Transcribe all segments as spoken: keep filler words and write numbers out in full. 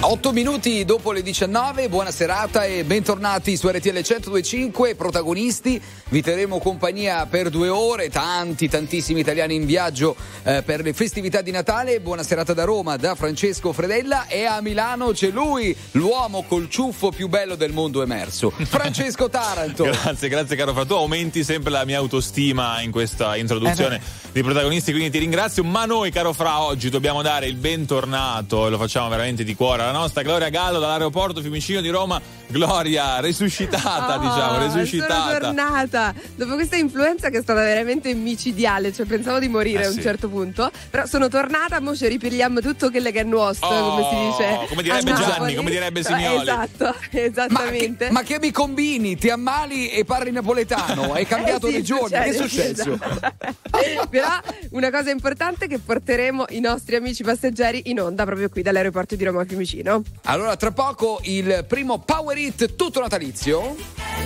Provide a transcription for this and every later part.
otto minuti dopo le diciannove, buona serata e bentornati su R T L centodue e cinque. Protagonisti, vi terremo compagnia per due ore, tanti tantissimi italiani in viaggio eh, per le festività di Natale. Buona serata da Roma, da Francesco Fredella, e a Milano c'è lui, l'uomo col ciuffo più bello del mondo emerso, Francesco Taranto. Grazie, grazie caro Fra, tu aumenti sempre la mia autostima in questa introduzione eh di protagonisti, quindi ti ringrazio, ma noi caro Fra oggi dobbiamo dare il bentornato e lo facciamo veramente di cuore alla nostra Gloria Gallo dall'aeroporto Fiumicino di Roma. Gloria, resuscitata, oh, diciamo, resuscitata. Sono tornata dopo questa influenza che è stata veramente micidiale, cioè pensavo di morire eh, a un sì. certo punto, però sono tornata, mo ci ripigliamo tutto quello che è nostro, oh, come si dice. Come direbbe Gianni, come direbbe Signoli. Esatto, esattamente. Ma che, ma che mi combini? Ti ammali e parli napoletano? Hai cambiato eh sì, regione? Che è successo? Però una cosa importante è che porteremo i nostri amici passeggeri in onda proprio qui dall'aeroporto di Roma Fiumicino. Allora, tra poco il primo Power Hit tutto natalizio.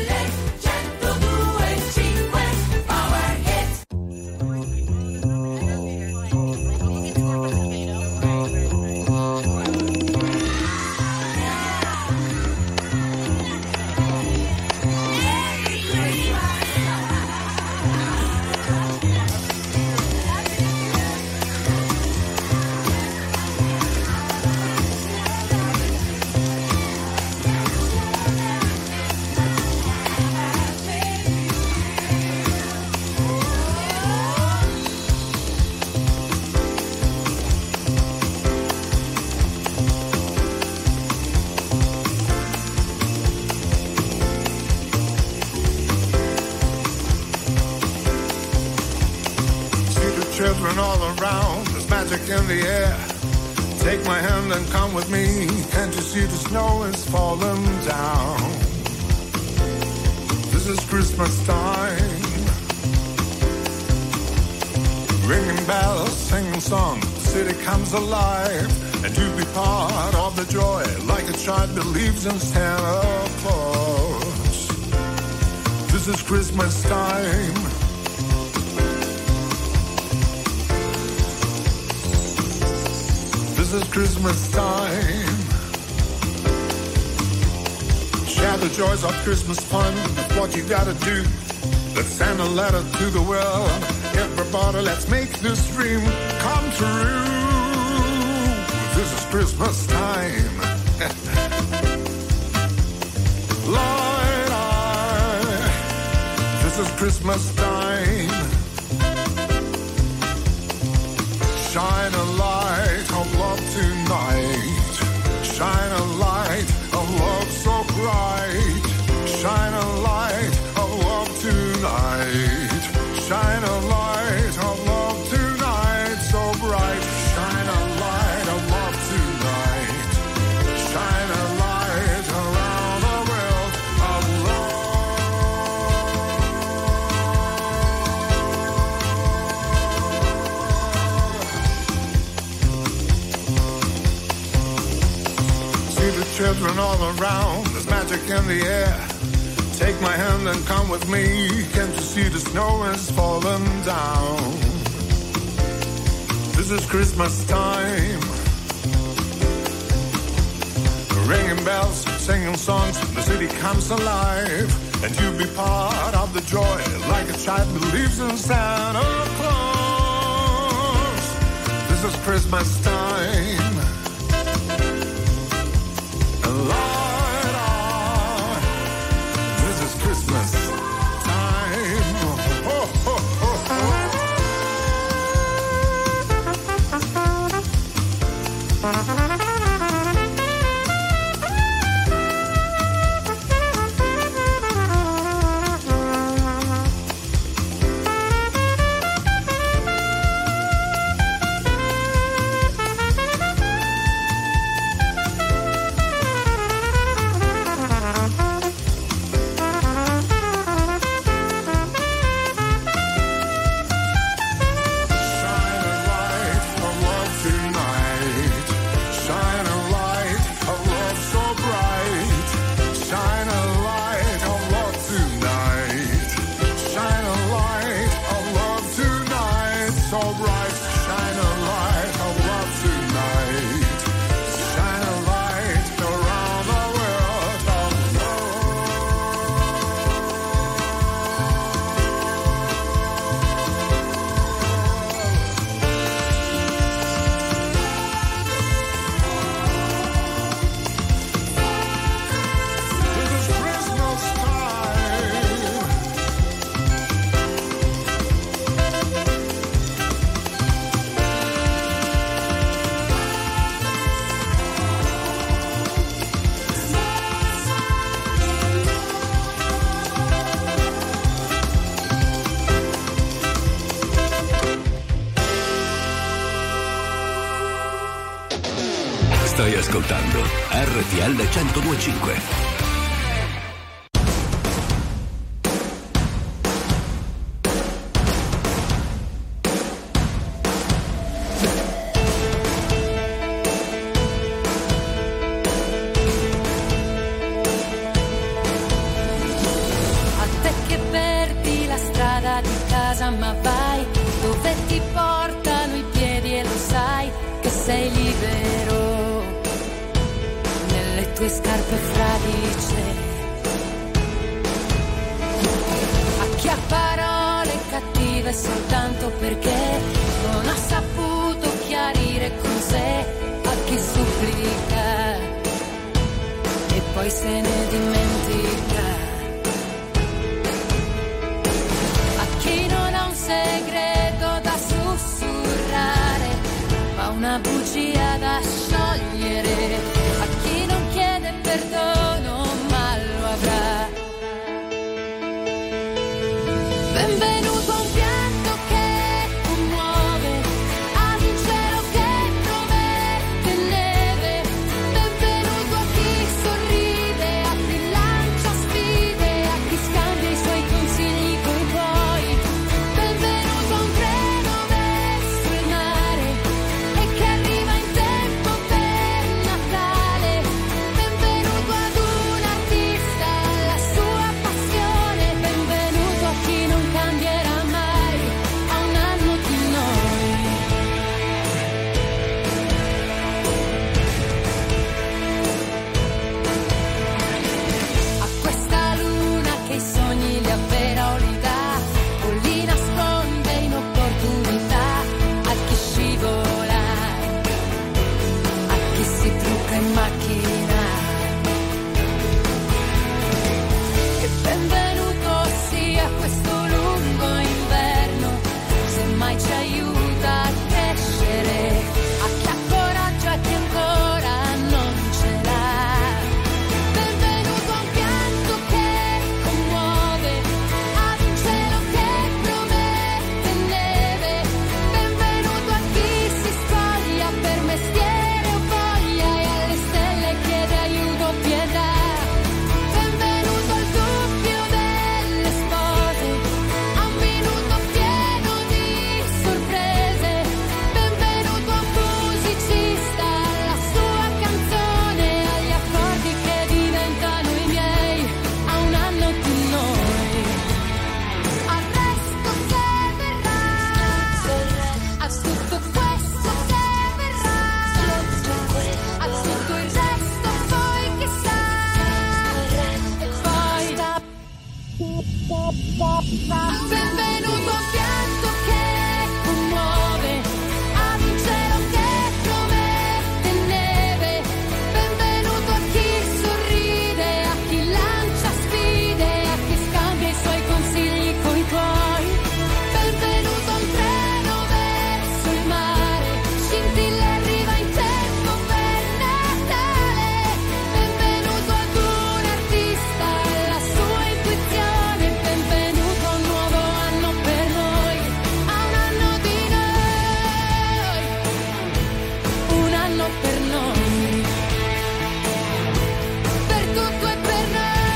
Children all around, there's magic in the air. Take my hand and come with me. Can't you see the snow is falling down? This is Christmas time. Ringing bells, singing songs, the city comes alive. And you be part of the joy, like a child believes in Santa Claus. This is Christmas time. This is Christmas time. Share the joys of Christmas fun. That's what you gotta do. Let's send a letter to the world. Everybody, let's make this dream come true. This is Christmas time. Light eye. This is Christmas time. Shine a light of love tonight. Shine a light of love so bright. Shine a light of love tonight. Shine a light of love tonight so bright. Shine a light of love tonight. Shine a light around the world of love. Children all around, there's magic in the air. Take my hand and come with me. Can't you see the snow is falling down? This is Christmas time. Ringing bells, singing songs, the city comes alive. And you be part of the joy, like a child believes in Santa Claus. This is Christmas time. Light on. This is Christmas time. Ho, ho, ho, ho. Stai ascoltando R T L centodue e cinque. Ma vai dove ti portano i piedi e lo sai che sei libero nelle tue scarpe fradice. A chi ha parole cattive soltanto perché non ha saputo chiarire con sé, a chi supplica e poi se ne dimentica. Segreto da sussurrare, ma una bugia da sciogliere. A chi non chiede perdono, ma lo avrà. Benvenuto a un pianto che commuove, ad un cielo che promette neve. Benvenuto a chi sorride, a chi lancia sfide, a chi scambia i suoi consigli coi tuoi. Benvenuto a un pianto che commuove, ad un cielo che promette neve. Benvenuto a chi sorride, a chi lancia sfide, a chi scambia i suoi consigli coi tuoi. Benvenuto a un treno verso il mare, scintille arriva in tempo per Natale. Benvenuto ad un artista e la sua intuizione. Benvenuto a un nuovo anno per noi, a un anno di noi, un anno per noi, per tutto e per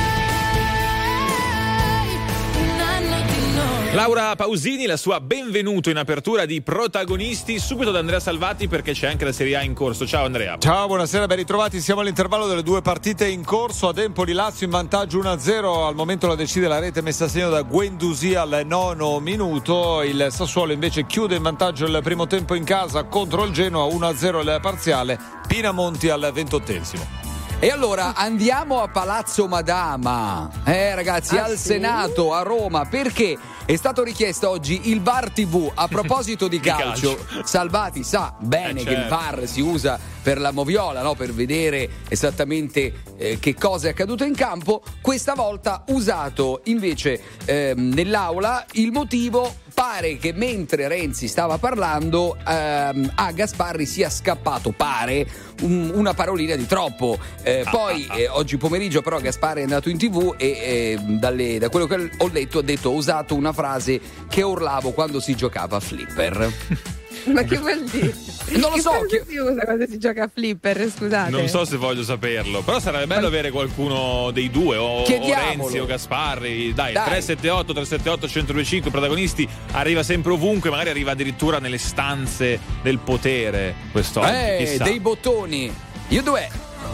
noi, un anno di noi. Laura Pausini, la sua benvenuto in apertura di Protagonisti, subito da Andrea Salvati perché c'è anche la Serie A in corso. Ciao Andrea. Ciao, buonasera, ben ritrovati. Siamo all'intervallo delle due partite in corso. Ad Empoli-Lazio in vantaggio uno a zero. Al momento la decide la rete messa a segno da Guendouzi al nono minuto. Il Sassuolo invece chiude in vantaggio il primo tempo in casa contro il Genoa, uno a zero il parziale. Pinamonti al ventottesimo. E allora andiamo a Palazzo Madama, eh ragazzi, Ah, al sì? Senato a Roma, perché è stato richiesto oggi il V A R tivù a proposito di Di calcio. calcio. Salvati sa bene Eh, che il certo. V A R si usa per la moviola, no? Per vedere esattamente eh, che cosa è accaduto in campo. Questa volta usato invece ehm, nell'aula. Il motivo: pare che mentre Renzi stava parlando ehm, a Gasparri sia scappato, pare, un- una parolina di troppo. Eh, poi eh, oggi pomeriggio però Gasparri è andato in tv e eh, dalle- da quello che ho letto ha detto: ho usato una frase che urlavo quando si giocava a flipper. Ma che vuol dire? Non lo Che so, cosa che- si usa quando si gioca a flipper, scusate. Non so se voglio saperlo, però sarebbe bello avere qualcuno dei due, o, o Chiediamolo. Renzi o Gasparri. Dai, Dai. tre sette otto tre sette otto uno zero due cinque, protagonisti, arriva sempre ovunque, magari arriva addirittura nelle stanze del potere quest'oggi, Eh, chissà. dei bottoni. Io due.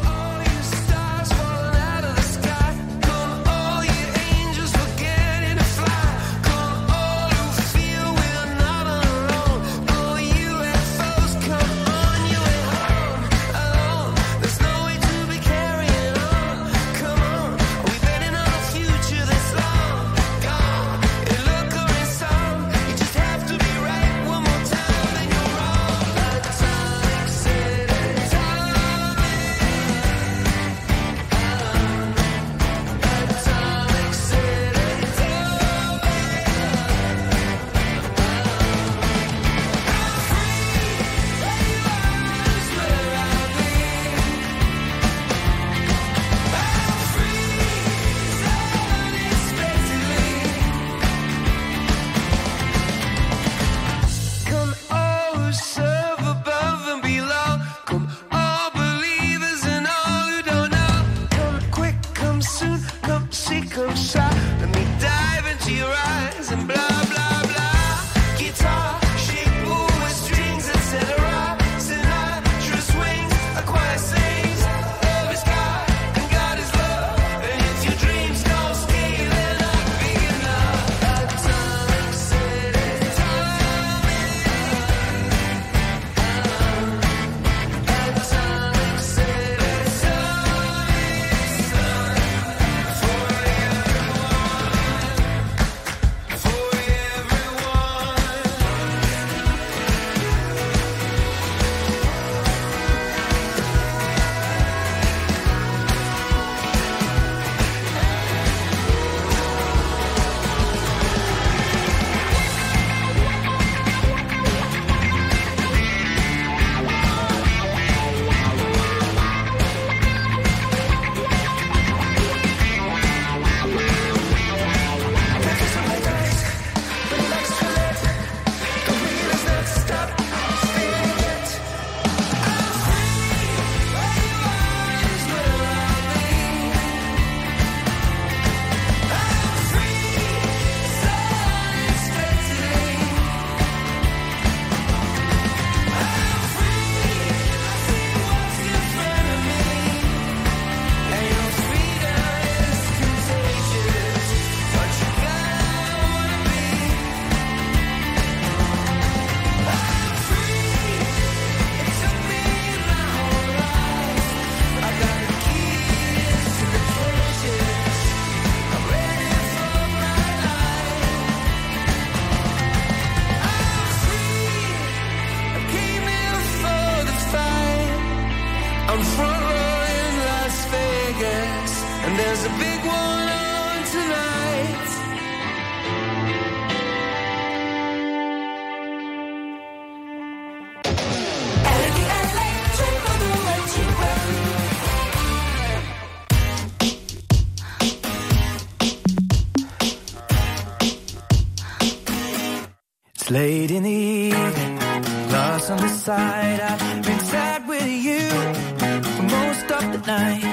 It's late in the evening, lost on the side. I've been sad with you for most of the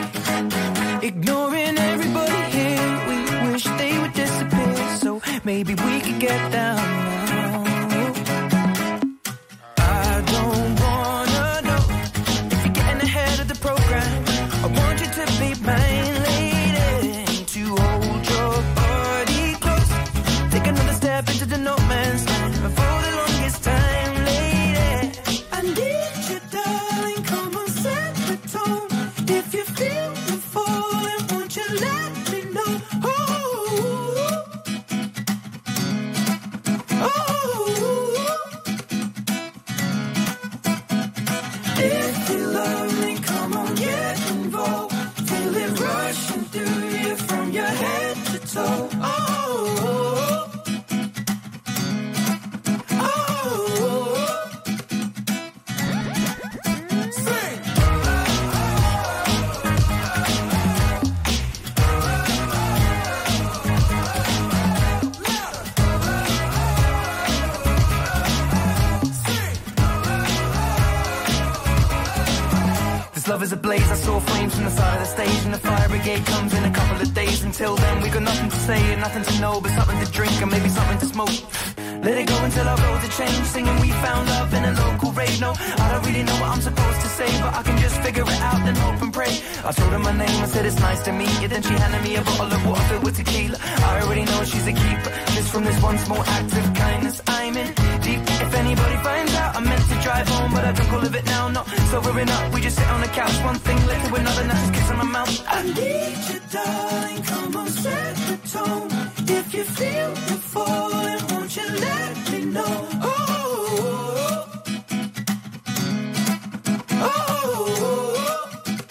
night, ignoring everybody here. We wish they would disappear, so maybe we could get down now. I don't wanna know if you're getting ahead of the program. I want you to be mine, lady, to hold your body close. Take another step into the no man's land. For the longest time, lady, I need you, darling. Come on, set the tone. If you feel the falling, won't you let me know? Oh, oh. If you love me, come on, get involved. Feel it rushing through you from your head to toe. Oh. is ablaze. I saw flames from the side of the stage, and the fire brigade comes in a couple of days. Until then, we got nothing to say and nothing to know, but something to drink and maybe something to smoke. Let it go until our roads are changed, singing we found love in a local rave. No, I don't really know what I'm supposed to say, but I can just figure it out and hope and pray. I told her my name, I said it's nice to meet you. Then she handed me a bottle of water filled with tequila. I already know she's a keeper, just from this one small act of kindness. I'm in deep. If anybody finds out, I meant to drive home, but I drunk all of it now. Not sobering up, we just sit on the couch, one thing led to another, now just kiss on my mouth. I need you, darling, come on, set the tone. If you feel the falling, won't you let me know? Oh, oh, oh.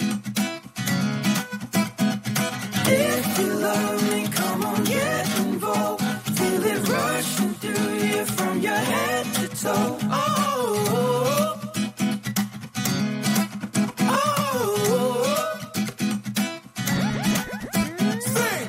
If you love me, come on, get involved. Feel it rushing through you from your head to toe. Oh, oh, oh, oh. Sing.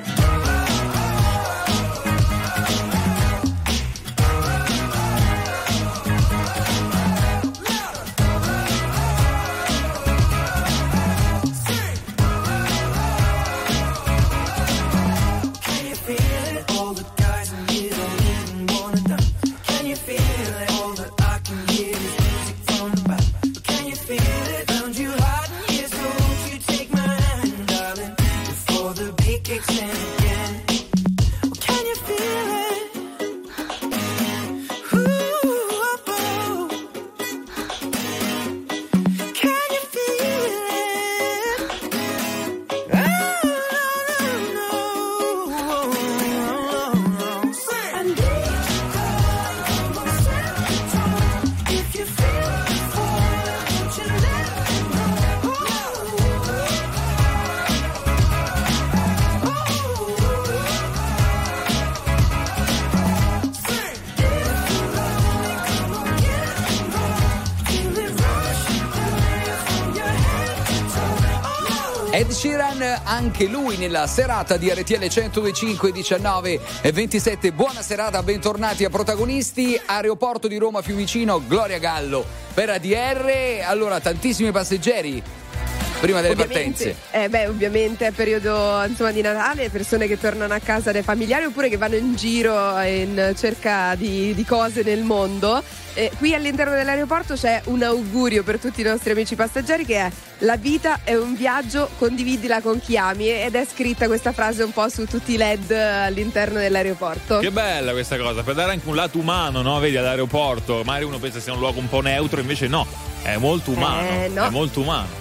Ed Sheeran, anche lui nella serata di R T L centodue e cinque, diciannove e ventisette. Buona serata, bentornati a Protagonisti. Aeroporto di Roma Fiumicino, Gloria Gallo per A D R. Allora, tantissimi passeggeri prima delle Ovviamente, partenze. Eh beh, ovviamente è periodo insomma di Natale, persone che tornano a casa dai familiari oppure che vanno in giro in cerca di, di cose nel mondo. Eh, qui all'interno dell'aeroporto c'è un augurio per tutti i nostri amici passeggeri che è: la vita è un viaggio, condividila con chi ami, ed è scritta questa frase un po' su tutti i L E D all'interno dell'aeroporto. Che bella questa cosa, per dare anche un lato umano, no? Vedi, all'aeroporto magari uno pensa sia un luogo un po' neutro, invece no, è molto umano, Eh, no. è molto umano.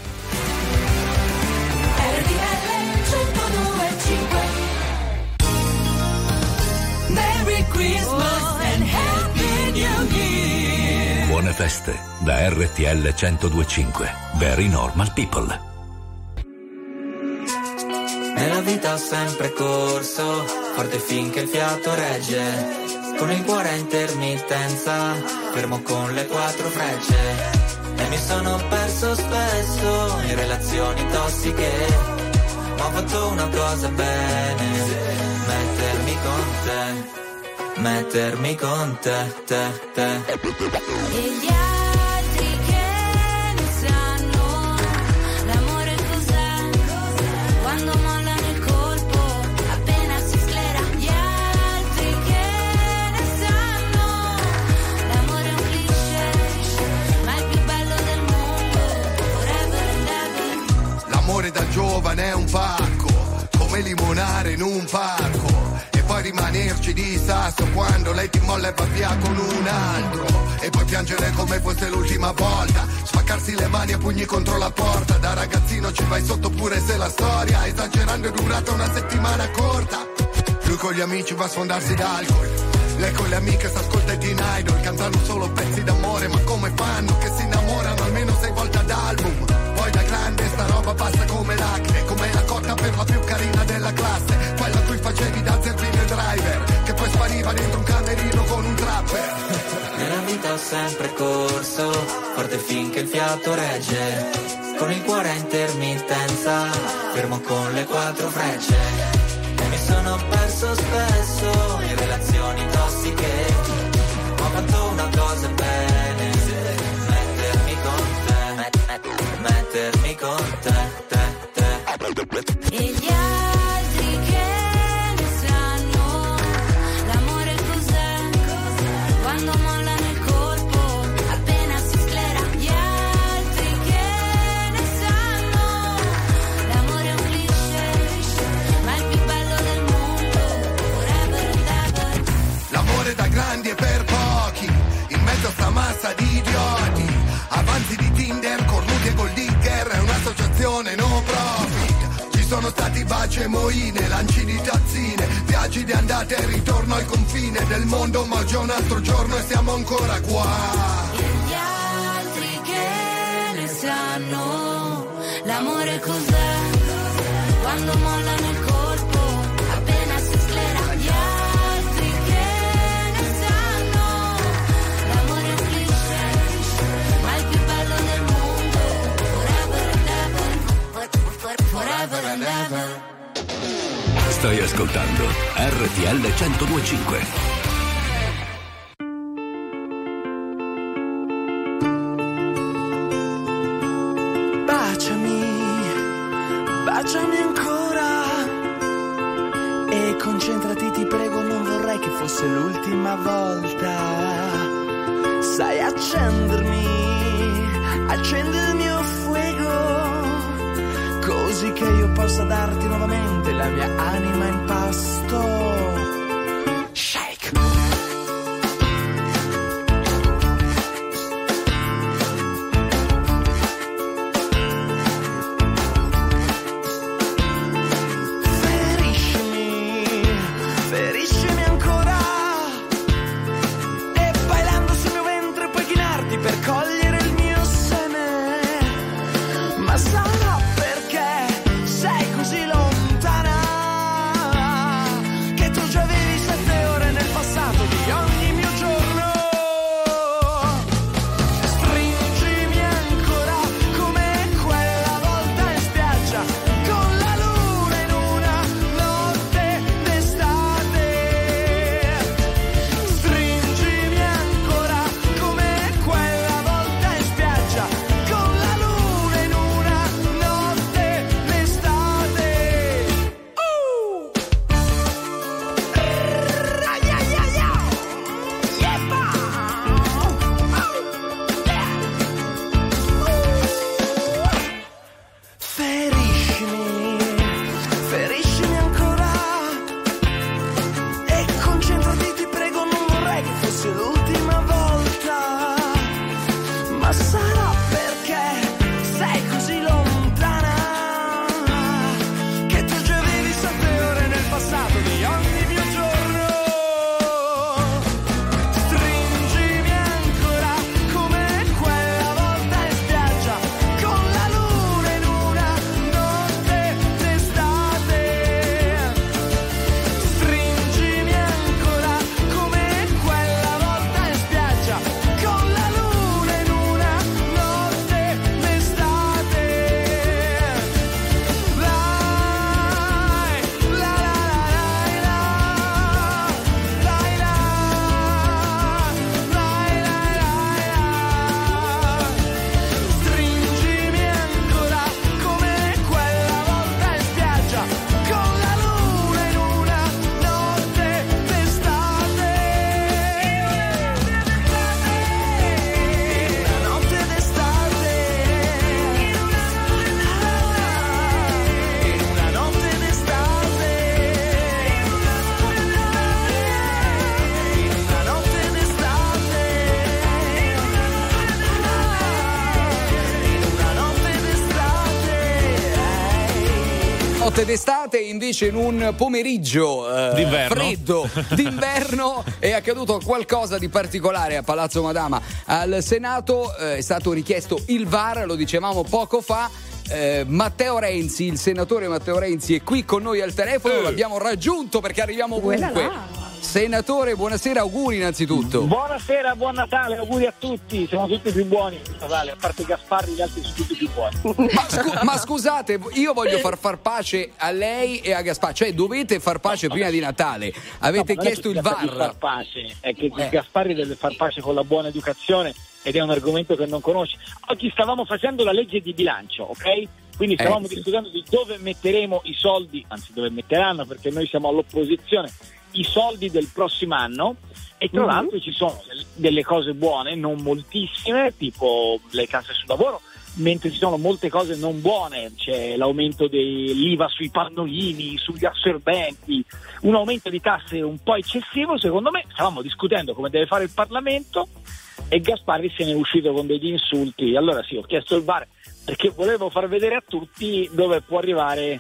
Merry Christmas and Happy New Year. Buone feste da R T L centodue e cinque. Very Normal People. Nella vita ho sempre corso, forte finché il fiato regge, con il cuore a intermittenza, fermo con le quattro frecce. E mi sono perso spesso in relazioni tossiche, ma ho fatto una cosa bene, mettermi con te, mettermi con te, te, te. E gli altri che ne sanno, l'amore cos'è, quando mollano il colpo, appena si sclera. Gli altri che ne sanno, l'amore è un cliché, ma è il più bello del mondo, forever and ever. L'amore da giovane è un pacco, come limonare in un parco, e poi rimanerci di sasso quando lei ti molla e va via con un altro, e poi piangere come fosse l'ultima volta, spaccarsi le mani a pugni contro la porta. Da ragazzino ci vai sotto pure se la storia, esagerando, è durata una settimana corta. Lui con gli amici va a sfondarsi d'alcol, lei con le amiche s'ascolta i Teen Idol, cantano solo pezzi d'amore, ma come fanno che si innamorano almeno sei volte ad album. Poi da grande sta roba passa come l'acne, come la cotta per la più carina della classe, quella a cui facevi da zerbino e driver, che poi spariva dentro un camerino con un trapper. Nella vita ho sempre corso, forte finché il fiato regge, con il cuore a intermittenza, fermo con le quattro frecce. E mi sono perso spesso in relazioni tossiche, ma ho fatto una cosa bene, mettermi con te, met- met- mettermi con con te, te, te. E gli altri che ne sanno, l'amore cos'è? Quando mollano il colpo, appena si sclera. Gli altri che ne sanno, l'amore è un cliché, ma è il più bello del mondo, forever and ever. L'amore da grandi e per pochi, in mezzo a sta massa di idioti. Avanzi di Tinder, cornuti e gold digger, è un'associazione no profit. Ci sono stati baci e moine, lanci di tazzine, viaggi di andata e ritorno al confine del mondo, ma già un altro giorno e siamo ancora qua. E gli altri che ne sanno, l'amore cos'è? Quando mollano il colpo, appena si sclera. Gli altri che ne sanno, l'amore è un cliché, ma è il più bello del mondo, forever and ever, forever and ever. Stai ascoltando R T L centodue e cinque. Baciami ancora e concentrati, ti prego, non vorrei che fosse l'ultima volta. Sai accendermi, accendi il mio fuego, così che io possa darti nuovamente la mia anima in pasto. Shake. notte d'estate, invece in un pomeriggio eh, D'inverno. freddo d'inverno è accaduto qualcosa di particolare a Palazzo Madama. Al Senato eh, è stato richiesto il V A R, lo dicevamo poco fa. Eh, Matteo Renzi, il senatore Matteo Renzi è qui con noi al telefono, Eh. l'abbiamo raggiunto perché arriviamo ovunque. Voilà. Senatore, buonasera, auguri innanzitutto. Buonasera, buon Natale, auguri a tutti, siamo tutti più buoni, Natale, a parte Gasparri gli altri sono tutti più buoni. Ma, scu- ma scusate, io voglio far far pace a lei e a Gasparri, cioè dovete far pace prima di Natale, avete No, non è chiesto che il si tratta di V A far R. pace, è che Eh. Gasparri deve far pace con la buona educazione ed è un argomento che non conosci. Oggi stavamo facendo la legge di bilancio, ok? Quindi stavamo Eh, sì. discutendo di dove metteremo i soldi, anzi dove metteranno, perché noi siamo all'opposizione, i soldi del prossimo anno. E tra Mhm. l'altro ci sono del- delle cose buone, non moltissime, tipo le tasse sul lavoro, mentre ci sono molte cose non buone, c'è l'aumento dell'I V A sui pannolini, sugli assorbenti, un aumento di tasse un po' eccessivo, secondo me. Stavamo discutendo come deve fare il Parlamento e Gasparri se ne è uscito con degli insulti. Allora sì, ho chiesto il V A R perché volevo far vedere a tutti dove può arrivare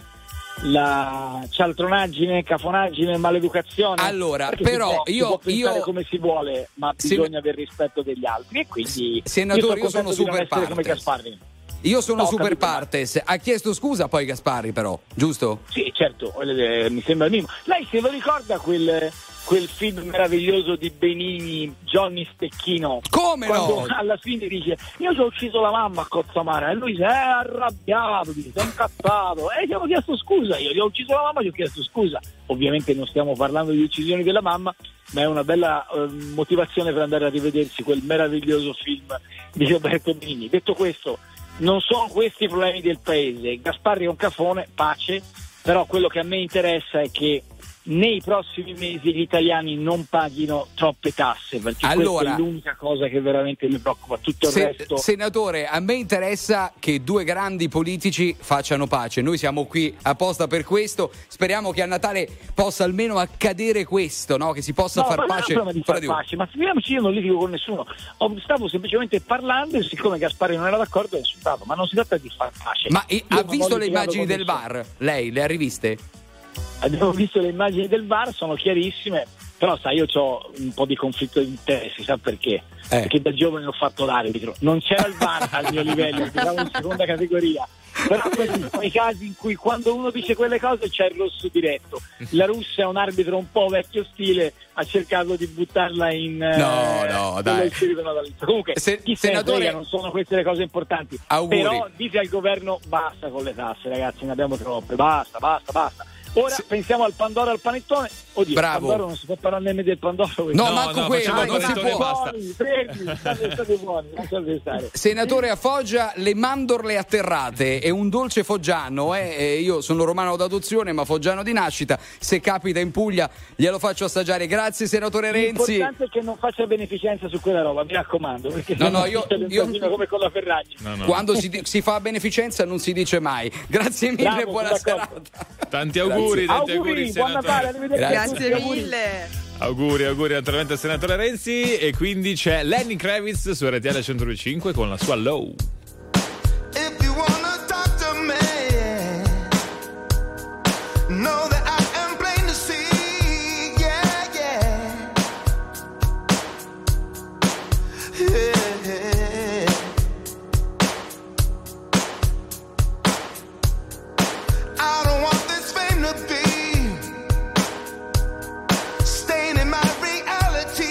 la cialtronaggine, cafonaggine, maleducazione. Allora, Perché però si può, si io- può pensare io- come si vuole, ma Sì, bisogna avere rispetto degli altri e quindi Senatore, io io sono sono contento di non super essere come partes. Gasparri. Io sono No, ho super capito, ma- partes. Ha chiesto scusa poi Gasparri però, giusto? Sì, certo, eh, mi sembra il minimo. Lei se lo ricorda quel, quel film meraviglioso di Benigni, Johnny Stecchino? Come Quando no? alla fine dice io ci ho ucciso la mamma a Cozzamara e lui si è arrabbiato, si è incazzato e gli ho chiesto scusa, io gli ho ucciso la mamma, gli ho chiesto scusa. Ovviamente non stiamo parlando di uccisioni della mamma, ma è una bella eh, motivazione per andare a rivedersi quel meraviglioso film di Roberto Benigni. Detto questo, non sono questi i problemi del paese. Gasparri è un cafone, pace, però quello che a me interessa è che nei prossimi mesi gli italiani non paghino troppe tasse, perché Allora- questa è l'unica cosa che veramente mi preoccupa. Tutto il Se- resto senatore, a me interessa che due grandi politici facciano pace. Noi siamo qui apposta per questo. Speriamo che a Natale possa almeno accadere questo, no? Che si possa No, far ma non è un pace. problema di fra far di voi. pace, ma figuriamoci, io non litigo con nessuno. Ho- Stavo semplicemente parlando e siccome Gasparri non era d'accordo ho insultato, ma non si tratta di far pace. Ma eh, Io ha non ho visto le litigato immagini con del nessuno. V A R? Lei le ha riviste? Abbiamo visto le immagini del V A R, sono chiarissime, però sai, io ho un po' di conflitto di interessi, sa perché? Eh. Perché da giovane ho fatto l'arbitro, non c'era il V A R al mio livello, giocavo in seconda categoria, però questi sono i casi in cui quando uno dice quelle cose c'è il rosso diretto. La Russia è un arbitro un po' vecchio stile, ha cercato di buttarla in No, no, dai. Comunque Se- chi se ne senatore- frega, non sono queste le cose importanti. Auguri. Però dite al governo basta con le tasse, ragazzi, ne abbiamo troppe, basta, basta, basta. Ora Se- pensiamo al Pandoro, al panettone. Oddio, Bravo. Pandoro non si può parlare nemmeno del Pandoro. No, No, manco no, quello, facciamo il non si panettone e può. basta. Buoni, freddi, state, state buoni, lasciate stare. Senatore, a Foggia le mandorle atterrate è un dolce foggiano, eh? E io sono romano d'adozione ma foggiano di nascita, se capita in Puglia glielo faccio assaggiare. Grazie senatore Renzi. L'importante è che non faccia beneficenza su quella roba, mi raccomando, perché No, se no, no io- finisce io- l'entrata come con la Ferragni. No, no. Quando si, di- si fa beneficenza non si dice mai. Grazie mille, Bravo, buona sono d'accordo. serata. Tanti auguri, tanti Auguri, auguri, buon senatore. Natale, arrivederci. Grazie. Grazie Auguri. mille. Auguri, auguri naturalmente al senatore Renzi. E quindi c'è Lenny Kravitz su R T L centodue e cinque con la sua Low. If you wanna talk to me, know that I am plain to see. Yeah, yeah. Yeah. I don't want this fame to be staying in my reality.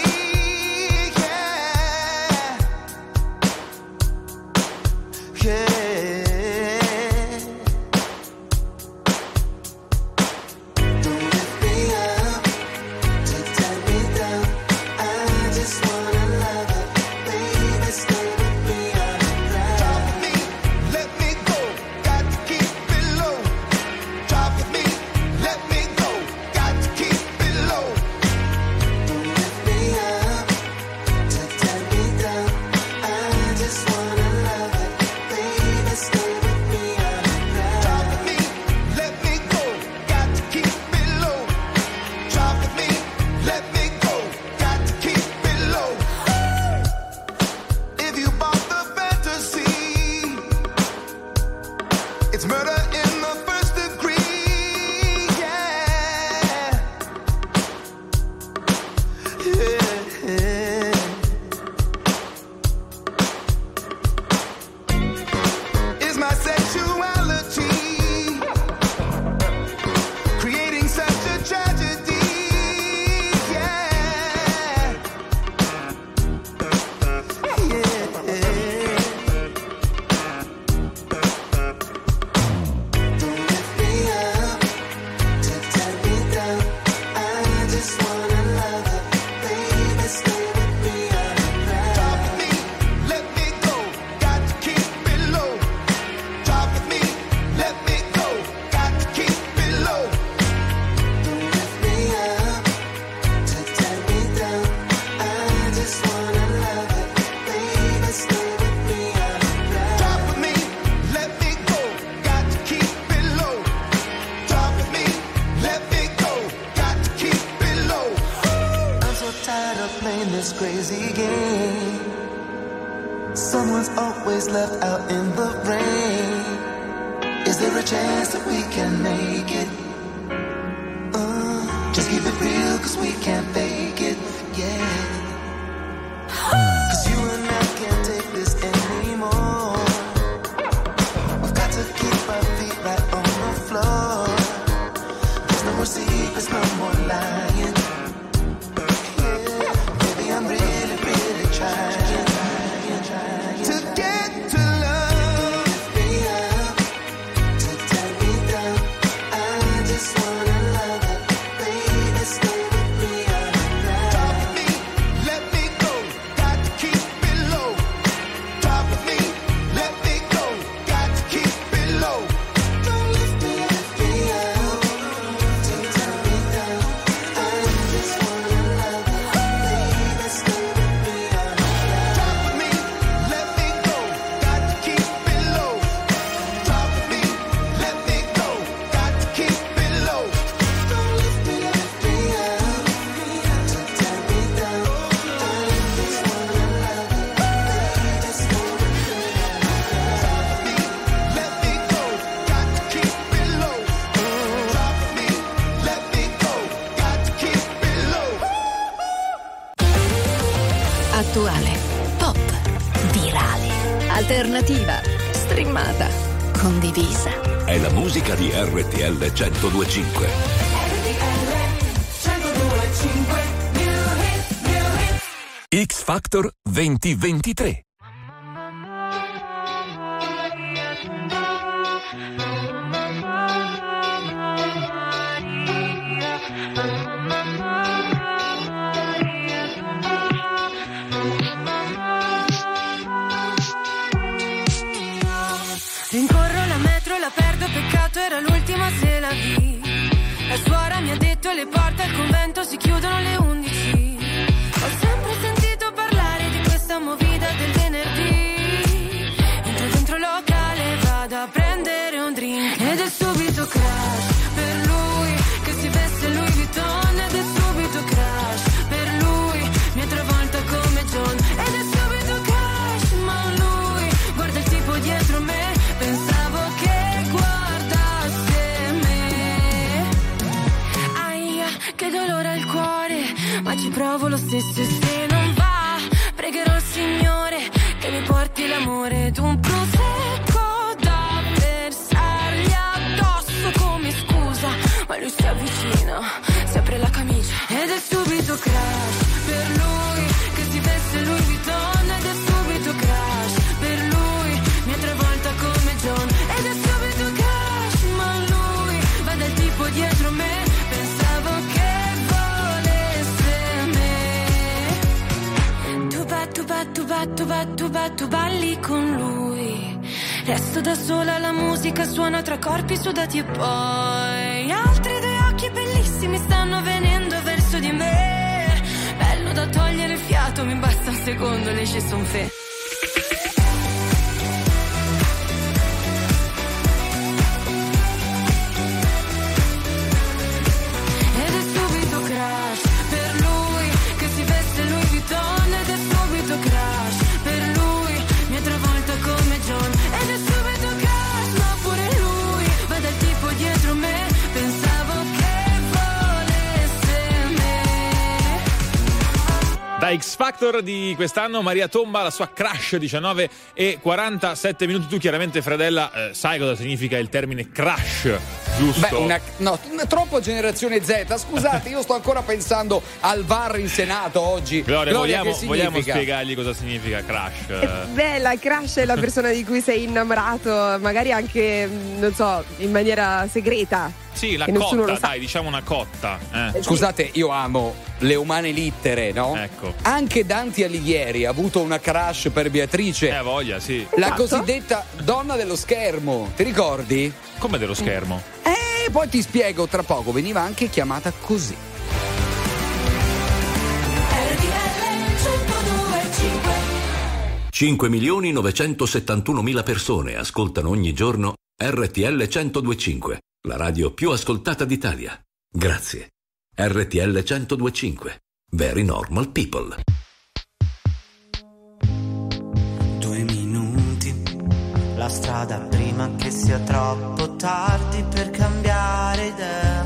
Yeah. Yeah. Don't lift me up to turn me down. I just wanna love it, baby. crazy game. Someone's always left out in the rain. Is there a chance that we can make it? Uh, just keep it real, cause we can't fake it, yeah. Cause you and I can't take this anymore. We've got to keep our feet right on the floor. There's no more secrets, no more lying. Yeah, baby, I'm really, really trying. To get to love me up, to turn me down. I just wanna love it, baby, stay with me all night. Talk to me, let me go, got to keep it low. Talk to me, let me go, got to keep it low. Don't lift me, lift me up, to turn me down. I just wanna love it, baby, stay with me all night. Talk to me, let me go, got to keep it low. Talk to me, let me go, got to keep it low. Don't lift me, lift me up, to turn me down. I just wanna love it, baby, stay with me all night. Talk to me, let me go, got to keep it low. Talk to me, let me go, got to keep it low. Attuale, pop, virale, alternativa, streamata, condivisa. È la musica di R T L centodue e cinque. X Factor duemilaventitré. Rincorro la metro, la perdo, peccato, era l'ultima se la vi. La suora mi ha detto le porte al convento si chiudono alle undici. Ho sempre sentito parlare di questa movida del venerdì. Entro dentro il locale, vado a prendere un drink ed è subito crash per lui che si veste Louis Vuitton. Ed è subito crash per lui, mi ha travolta come John. Ed è subito crash, ma lui guarda il tipo dietro me. Pensavo che guardasse me. Aia, che dolore al cuore, ma ci provo lo stesso e se non va pregherò il Signore che mi porti l'amore ed un prosecco da versargli addosso come scusa. Ma lui si avvicina, si apre la camicia ed è subito crash per lui che si veste Louis Vuitton. Ed è subito crash per lui, mi ha travolta come John. Ed è subito crash, ma lui va dal tipo dietro me. Pensavo che volesse me. Tu ba tu ba tu ba tu ba tu ba tu balli con lui. Resto da sola, la musica suona tra corpi sudati e poi altri due occhi bellissimi stanno venendo verso di me. Bello da togliere il fiato, mi basta un secondo, ne ci son fe. Ed è subito crash per lui che si veste Louis Vuitton. Ed è subito crash per lui, mi ha travolta come John. Ed è subito crash, ma pure lui va dal tipo dietro me. Pensavo che volesse me. Da X Factor di quest'anno Maria Tomba, la sua crash, diciannove e quarantasette minuti. Tu chiaramente, Fredella, eh, sai cosa significa il termine crash, giusto? Beh, una, no, troppo generazione Z. Scusate, io sto ancora pensando al V A R in Senato oggi. Gloria, Gloria, vogliamo, che vogliamo significa? spiegargli cosa significa crash? Eh, Beh, la crush è la persona di cui sei innamorato, magari anche, non so, in maniera segreta. Sì, la che nessuno cotta, lo sa. dai, diciamo una cotta. Eh. Scusate, io amo le umane littere, no? Ecco. Anche Dante Alighieri ha avuto una crush per Beatrice. Eh, voglia, sì. La Esatto. cosiddetta donna dello schermo. Ti ricordi? Come dello schermo? Eh, poi ti spiego tra poco. Veniva anche chiamata così. cinque milioni novecentosettantunomila persone ascoltano ogni giorno R T L centodue e cinque, la radio più ascoltata d'Italia. Grazie. R T L centodue e cinque. Very normal people. la strada prima che sia troppo tardi per cambiare idea.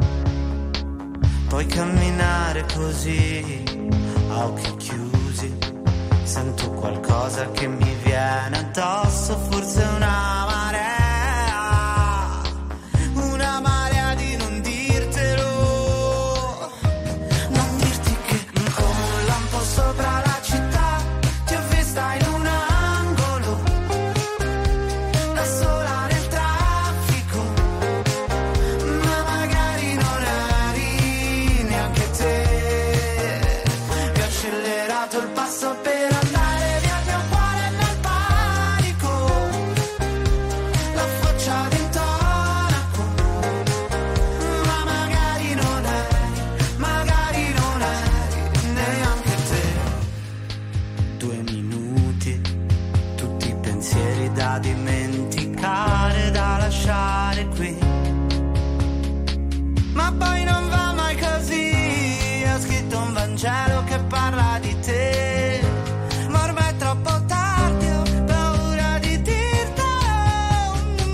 Puoi camminare così, a occhi chiusi. Sento qualcosa che mi viene addosso, forse una marea, una marea di non dirtelo, non dirti che con un lampo sopra la città ti ho vista in un angolo, da sola nel traffico, ma magari non eri neanche te. Vi ho accelerato il passo per andare via il mio cuore nel panico, la faccia d'intonaco, ma magari non eri, magari non eri neanche te. Due minuti, tutti i pensieri da dimenticare, da lasciare qui, ma poi non va mai così. Ho scritto un Vangelo che parla di te, ma ormai è troppo tardi, ho paura di dirtelo.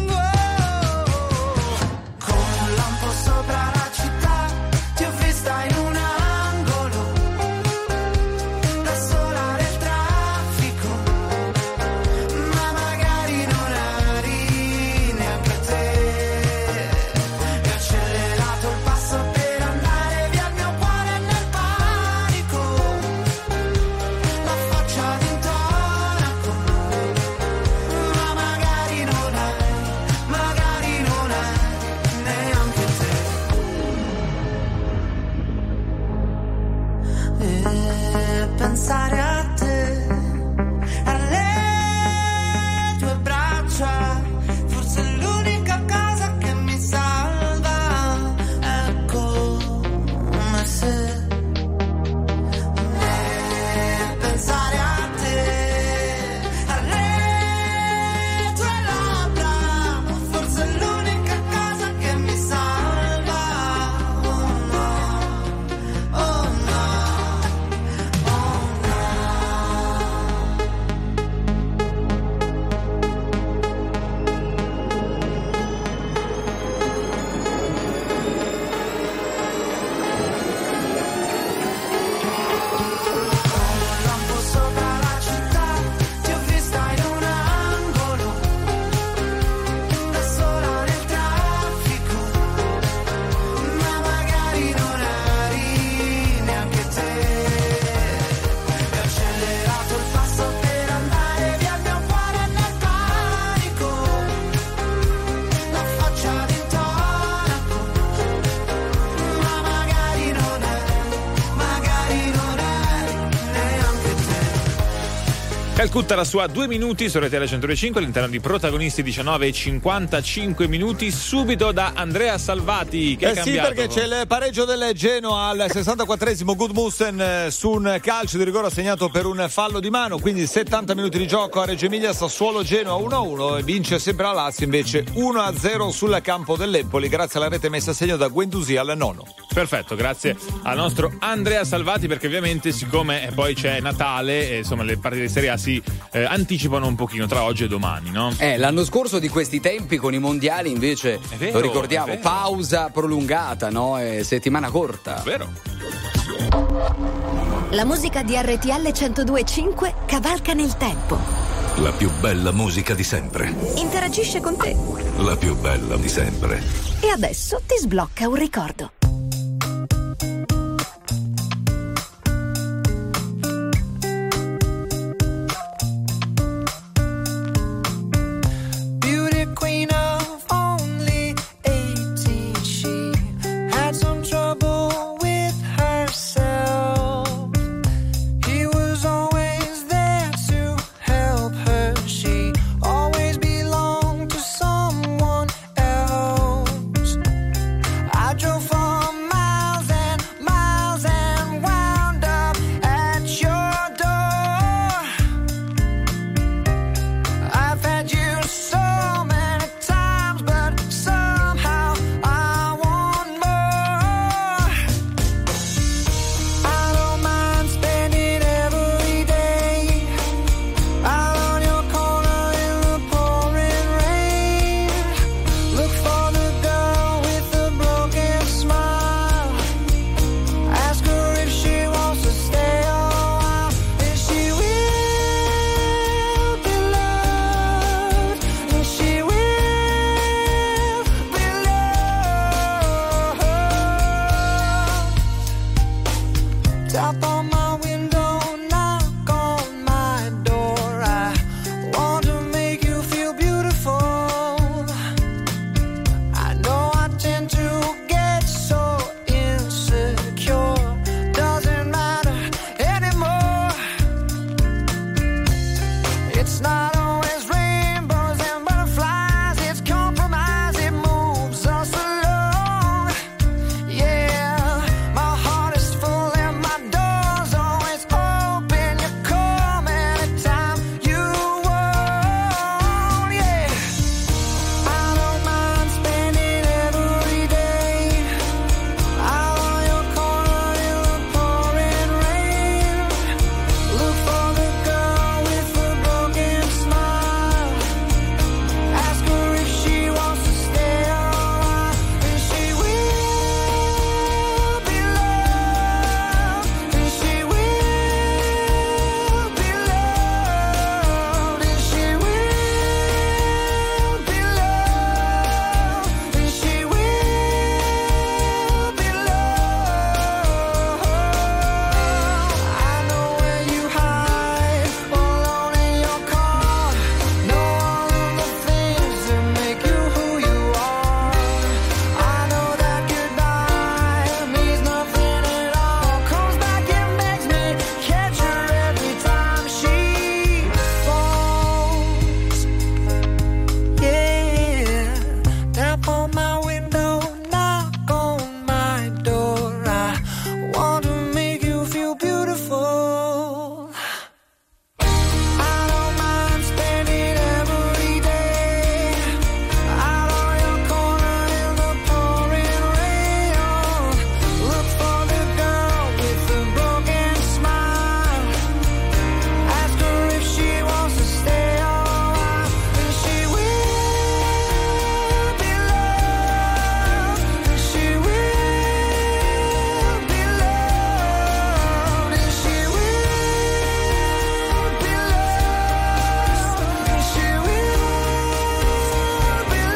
Con un lampo sopra la città ti ho vista in un angolo, da sola nel traffico, ma magari non eri neanche te. Vi ho accelerato il passo per andare via il mio cuore nel panico, la faccia d'intonaco, ma magari non eri, magari non eri neanche te. E pensare a te, alle tue braccia, forse è l'unica cosa che mi salva, è come se. E pensare a te, alle tue labbra, forse è l'unica cosa che mi salva. Oh no, oh no, oh no. Con un lampo sopra la città ti ho vista in un angolo, da sola nel traffico, ma magari non eri neanche te. Vi ho accelerato il passo per andare via il mio cuore nel panico, la faccia d'intonaco, ma magari non eri, magari non eri neanche te. Calcutta la sua due minuti su R T L centodue e cinque all'interno di Protagonisti diciannove e cinquantacinque minuti, subito da Andrea Salvati che Eh è sì, cambiato. perché c'è il pareggio del Genoa al sessantaquattresimo. Gudmussen eh, su un calcio di rigore segnato per un fallo di mano, quindi settanta minuti di gioco a Reggio Emilia. Sassuolo Genoa uno a uno e vince sempre la Lazio invece uno a zero sul campo dell'Empoli grazie alla rete messa a segno da Guendouzi al nono. Perfetto, grazie al nostro Andrea Salvati, perché ovviamente siccome poi c'è Natale e insomma le partite di Serie A si eh, anticipano un pochino tra oggi e domani, no? Eh, l'anno scorso di questi tempi con i mondiali invece, vero, lo ricordiamo, è vero. pausa prolungata, no? E settimana corta. Vero? La musica di R T L centodue e cinque cavalca nel tempo. La più bella musica di sempre. Interagisce con te. La più bella di sempre. E adesso ti sblocca un ricordo. Beauty queen of only eighteen, she had some trouble with herself. He was always there to help her. She always belonged to someone else. I drove far It's not always rainbows and butterflies, it's compromise, it moves us along. Yeah, my heart is full and my door's always open. You come anytime you want. Yeah, I don't mind spending every day out on your corner in the pouring rain. Look for the girl with the broken smile. Ask her if she wants to stay a while, and she will be loved, and she will be loved, and she will be loved, and she will be loved. I know where you hide, alone in your car. Know all of the things that make you who you are. I know that goodbye means nothing at all. Comes back and makes me catch her every time she falls. Yeah, tap on my window, knock on my door. I want to make you feel beautiful. I don't mind spending every day out on your corner in the pouring rain. Look for the girl with the broken smile. Ask her if she wants to stay a while, and she will be loved, and she will be loved, and she will be loved, and she will be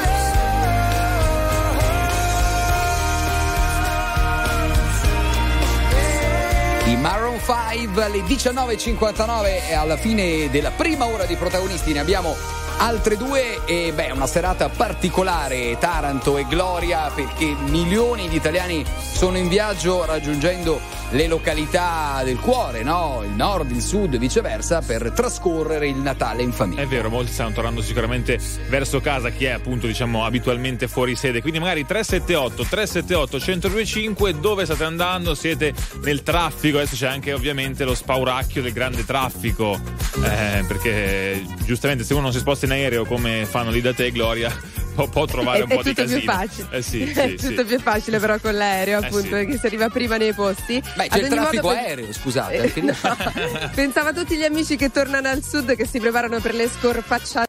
I Maroon cinque alle diciannove e cinquantanove e alla fine della prima ora di protagonisti ne abbiamo altre due e beh, una serata particolare, Taranto e Gloria, perché milioni di italiani sono in viaggio raggiungendo le località del cuore, no? Il nord, il sud e viceversa, per trascorrere il Natale in famiglia. È vero, molti stanno tornando sicuramente verso casa, chi è appunto diciamo abitualmente fuori sede, quindi magari tre sette otto tre sette otto uno zero due cinque, dove state andando? Siete nel traffico? Adesso c'è anche ovviamente lo spauracchio del grande traffico, eh, perché giustamente se uno non si sposta in aereo come fanno lì da te, Gloria, può, può trovare è, un po' è di tutto casino. più facile. Eh sì, è sì, tutto sì. più facile però con l'aereo, Eh appunto, sì. perché si arriva prima nei posti. Beh, c'è Ad il ogni traffico modo, aereo, scusate. Eh, anche lì. no. Pensavo a tutti gli amici che tornano al sud, che si preparano per le scorpacciate.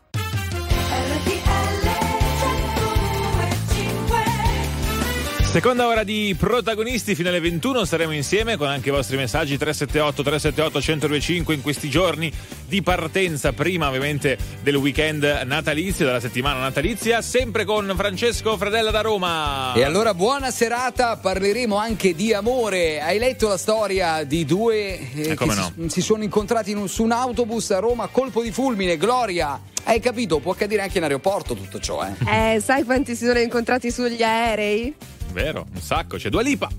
Seconda ora di protagonisti, fino alle ventuno saremo insieme con anche i vostri messaggi tre sette otto tre sette otto uno zero due cinque in questi giorni di partenza, prima ovviamente del weekend natalizio, della settimana natalizia, sempre con Francesco Fradella da Roma. E allora buona serata, parleremo anche di amore. Hai letto la storia di due eh, Eh, come che no. si, si sono incontrati in un- su un autobus a Roma, colpo di fulmine, Gloria. Hai capito? Può accadere anche in aeroporto tutto ciò, eh. Eh, sai quanti si sono incontrati sugli aerei? Vero, un sacco, c'è Dua Lipa.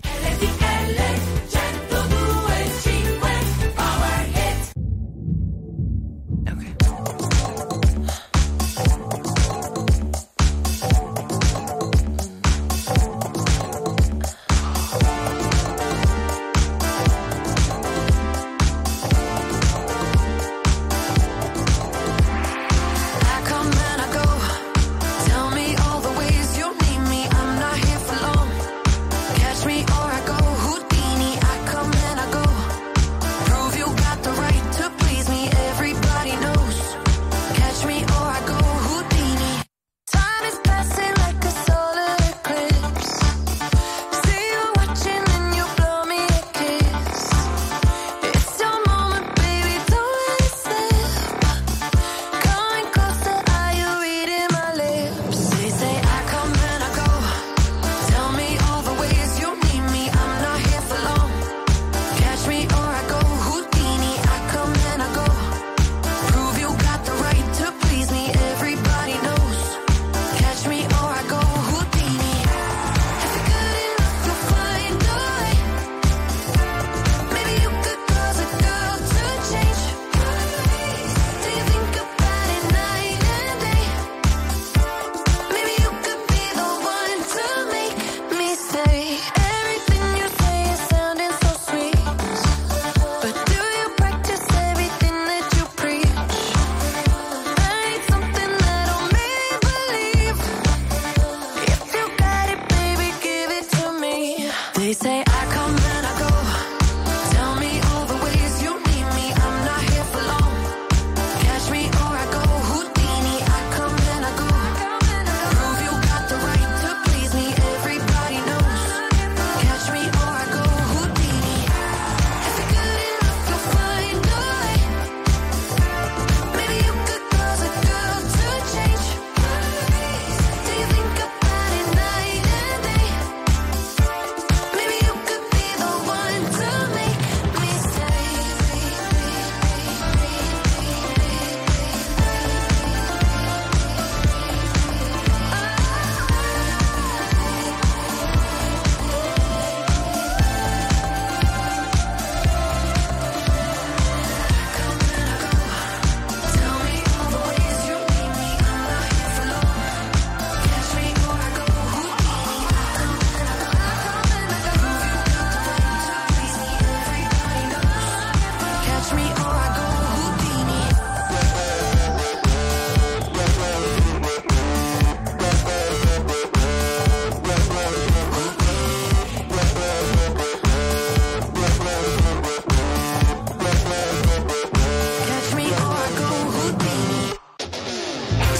I come and I go. Tell me all the ways you need me. I'm not here for long. Catch me or I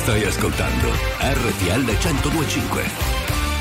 Stai ascoltando R T L centodue e cinque.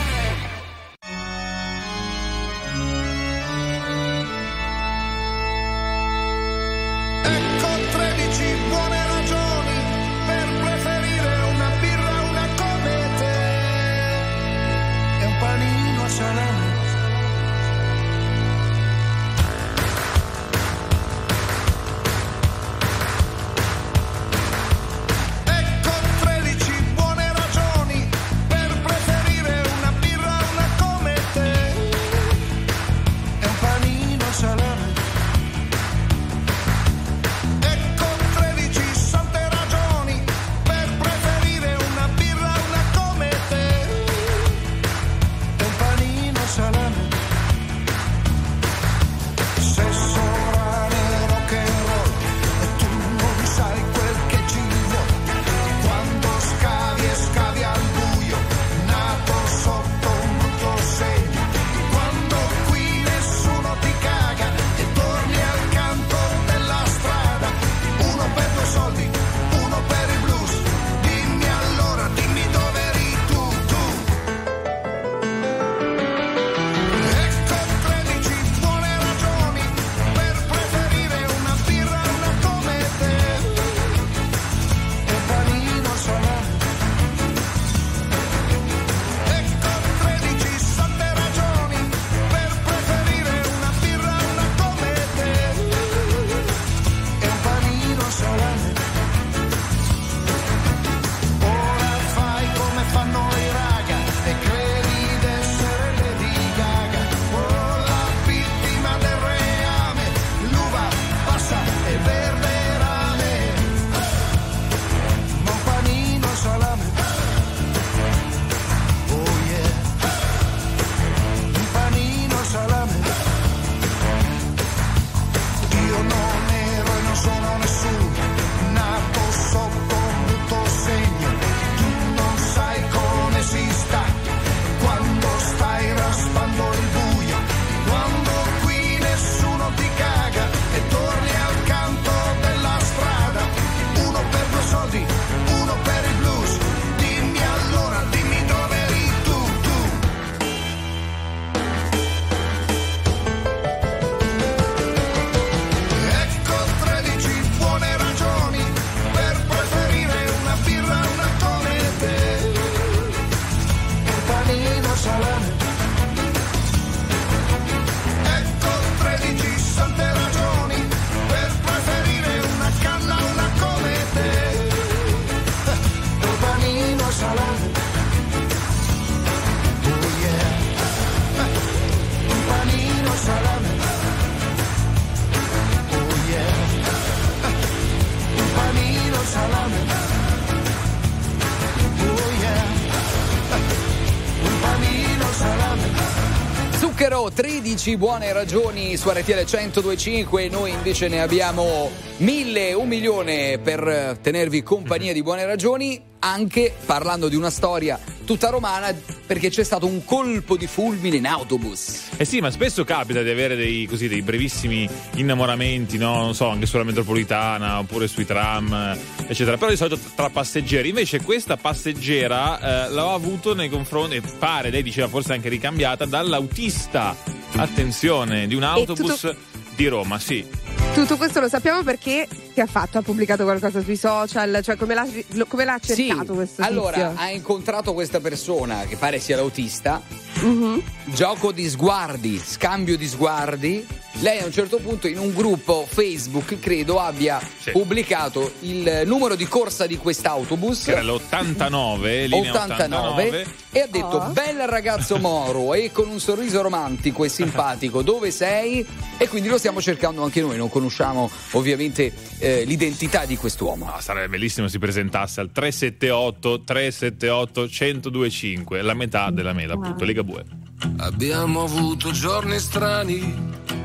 tredici buone ragioni su R T L centodue e cinque, noi invece ne abbiamo mille, un milione per tenervi compagnia di buone ragioni, anche parlando di una storia tutta romana, perché c'è stato un colpo di fulmine in autobus. Eh sì, ma spesso capita di avere dei, così, dei brevissimi innamoramenti, no? Non so, anche sulla metropolitana oppure sui tram, eccetera. Però di solito tra passeggeri. Invece questa passeggera eh, l'ho avuto nei confronti, pare, lei diceva forse anche ricambiata, dall'autista, attenzione, di un autobus tutto... di Roma, sì. Tutto questo lo sappiamo perché che ha fatto? Ha pubblicato qualcosa sui social? Cioè come l'ha, come l'ha cercato sì, questo allora, tizio? Ha incontrato questa persona che pare sia l'autista, uh-huh. Gioco di sguardi, scambio di sguardi. Lei a un certo punto in un gruppo Facebook credo abbia sì. pubblicato il numero di corsa di quest'autobus, che era l'ottantanove, linea ottantanove, ottantanove e ha detto oh. bel ragazzo Moro e con un sorriso romantico e simpatico, dove sei? E quindi lo stiamo cercando anche noi, non conosciamo ovviamente eh, l'identità di quest'uomo. No, sarebbe bellissimo si presentasse al tre sette otto tre sette otto uno zero due cinque, la metà della mela, appunto, Ligabue. Abbiamo avuto giorni strani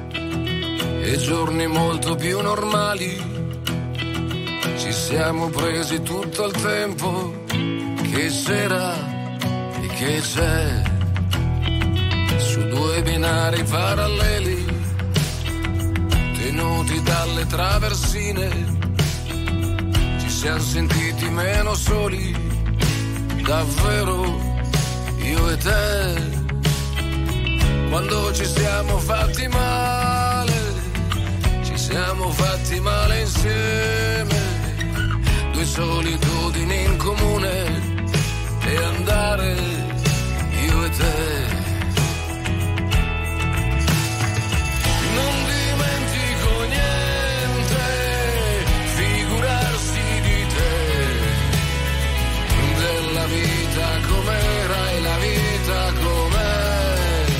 e giorni molto più normali, ci siamo presi tutto il tempo che c'era e che c'è, su due binari paralleli tenuti dalle traversine, ci siamo sentiti meno soli davvero io e te. Quando ci siamo fatti male, ci siamo fatti male insieme. Due solitudini in comune e andare io e te. Non dimentico niente, figurarsi di te, della vita com'era e la vita com'è.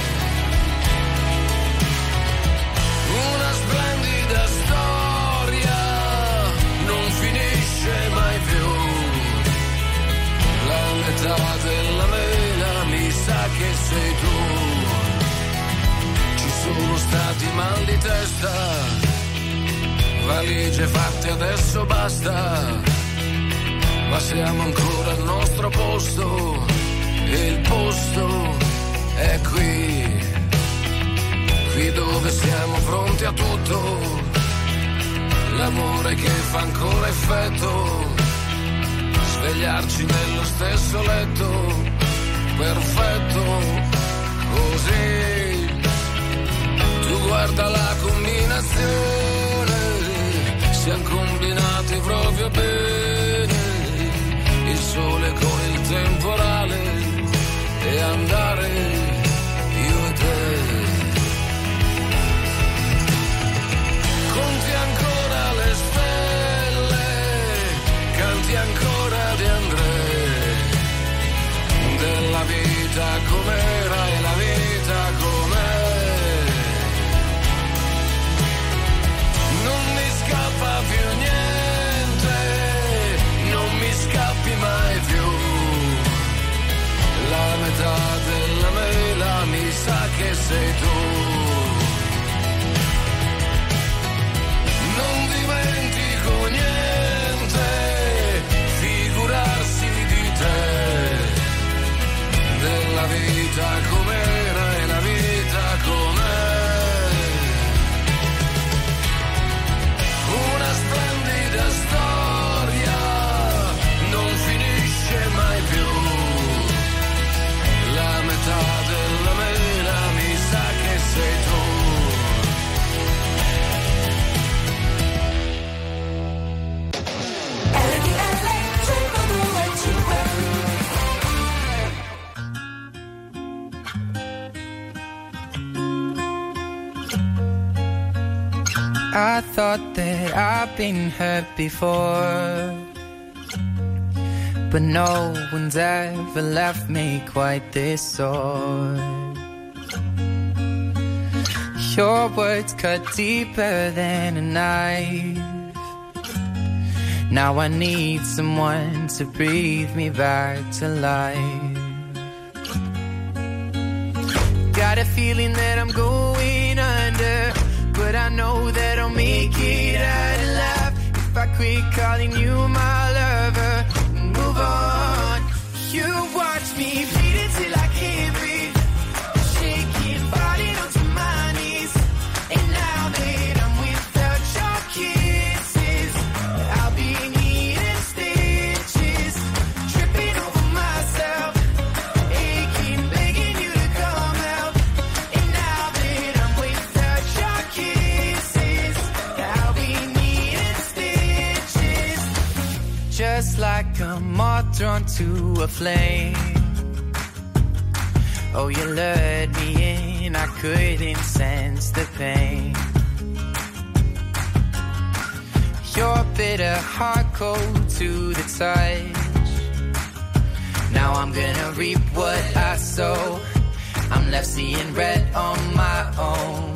Una splendida storia, non finisce mai più. La metà della mela mi sa che sei tu. Ci sono stati mal di testa, valigie fatte adesso basta, ma siamo ancora al nostro posto e il posto è qui, qui dove siamo pronti a tutto, l'amore che fa ancora effetto, svegliarci nello stesso letto, perfetto, così. Tu guarda la combinazione, siamo combinati proprio bene, il sole con il temporale e andare io e te. Conti ancora le stelle, canti ancora di André, della vita com'era e la vita com'è. Non mi scappa più niente, non mi scappi mai più. La metà della mela mi sa che sei tu. Non dimentico niente, figurarsi di te, della vita com'era e la vita com'è. Una splendida storia, non finisce mai più. La metà della mela mi sa che sei tu. I thought that I've been hurt before, but no one's ever left me quite this sore. Your words cut deeper than a knife. Now I need someone to breathe me back to life. Got a feeling that I'm going under, but I know that I'll make it out alive if I quit calling you my lover and move on. You watch me bleed until I can't breathe, shaking, falling onto my knees. And now that I'm without your kisses, I'll be needing stitches, tripping over myself, aching, begging you to come out. And now that I'm without your kisses, I'll be needing stitches, just like a moth drawn to a flame. Oh, you lured me in, I couldn't sense the pain. Your bitter heart cold to the touch. Now I'm gonna reap what I sow. I'm left seeing red on my own.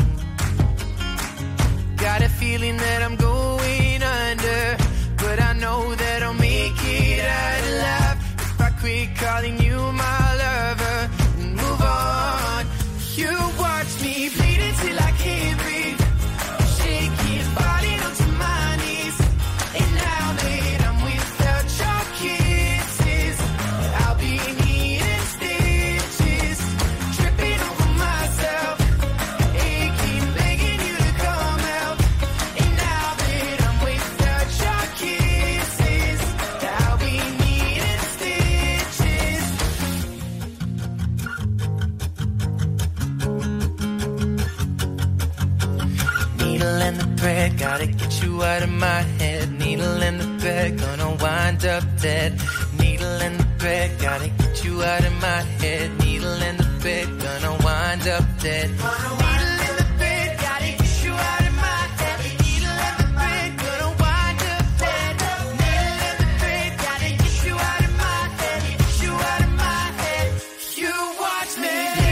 Got a feeling that I'm going under, but I know that I'll make it out alive if I quit calling you my lover and move on. You watch me bleed until I can't breathe, shaking, falling onto my knees. And now that I'm without your kisses, I'll be needing stitches, tripping over myself, aching, begging you to come out. And now that out of my head. Needle in the bed, gonna wind up dead. Needle in the bed, gotta get you out of my head. Needle in the bed, gonna wind up dead. Needle in the bed, gotta get you out of my head. Needle in the bed, gonna wind up dead. Needle in the bed, gotta get you out of my head. Get you out of my head. You watch me.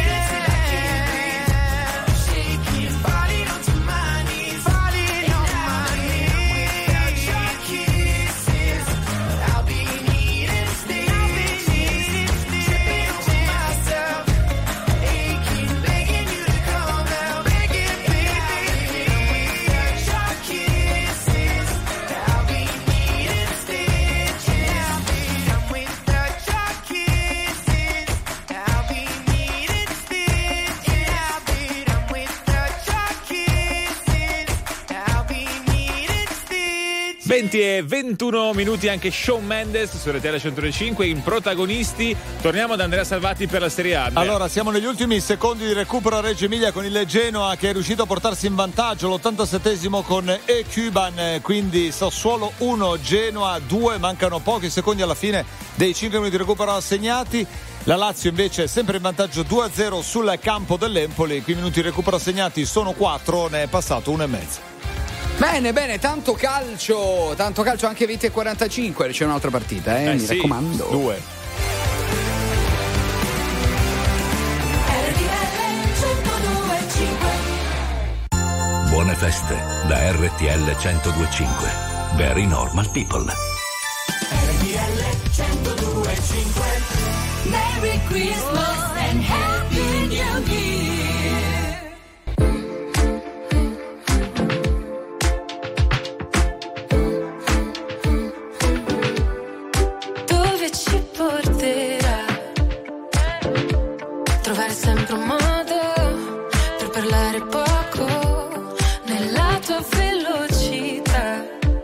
Shaking, falling onto my knees, falling on my knees. Without your kisses, I'll be needing stitches, tripping over myself, aching, begging you to come out, begging, baby. Without your kisses, I'll be needing stitches. And without your kisses, I'll be needing stitches. And without your kisses, I'll be needing stitches. venti e ventuno minuti anche Shawn Mendes su R T L centodue e cinque in protagonisti. Torniamo ad Andrea Salvati per la Serie A. Andrea. Allora, siamo negli ultimi secondi di recupero a Reggio Emilia con il Genoa che è riuscito a portarsi in vantaggio l'ottantasettesimo con E. Cuban, quindi Sassuolo uno, Genoa due, mancano pochi secondi alla fine dei cinque minuti di recupero assegnati. La Lazio invece è sempre in vantaggio due a zero sul campo dell'Empoli, qui minuti di recupero assegnati sono quattro, ne è passato uno e mezzo. Bene, bene, tanto calcio, tanto calcio anche venti e quarantacinque, c'è un'altra partita, eh, Eh mi sì, raccomando. due. Buone feste da R T L centodue e cinque. Very normal people. R T L centodue e cinque. Merry Christmas and Happy New Year. Dove ci porterà? Trovare sempre un modo per parlare poco nella tua velocità.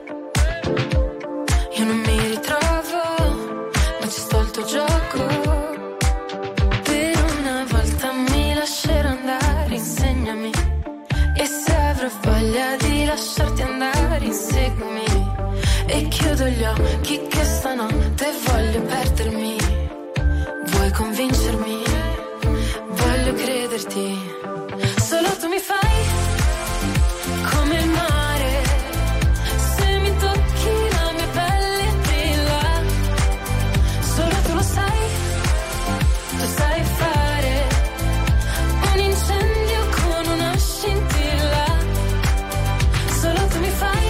Io non mi ritrovo, ma ci sto al tuo gioco. Per una volta mi lascerò andare, insegnami. E se avrò voglia di lasciarti andare, inseguimi. E chiudo gli occhi che stanotte voglio perdermi. Vuoi convincermi? Voglio crederti. Solo tu mi fai come il mare. Se mi tocchi la mia pelle brilla. Solo tu lo sai. Tu sai fare un incendio con una scintilla. Solo tu mi fai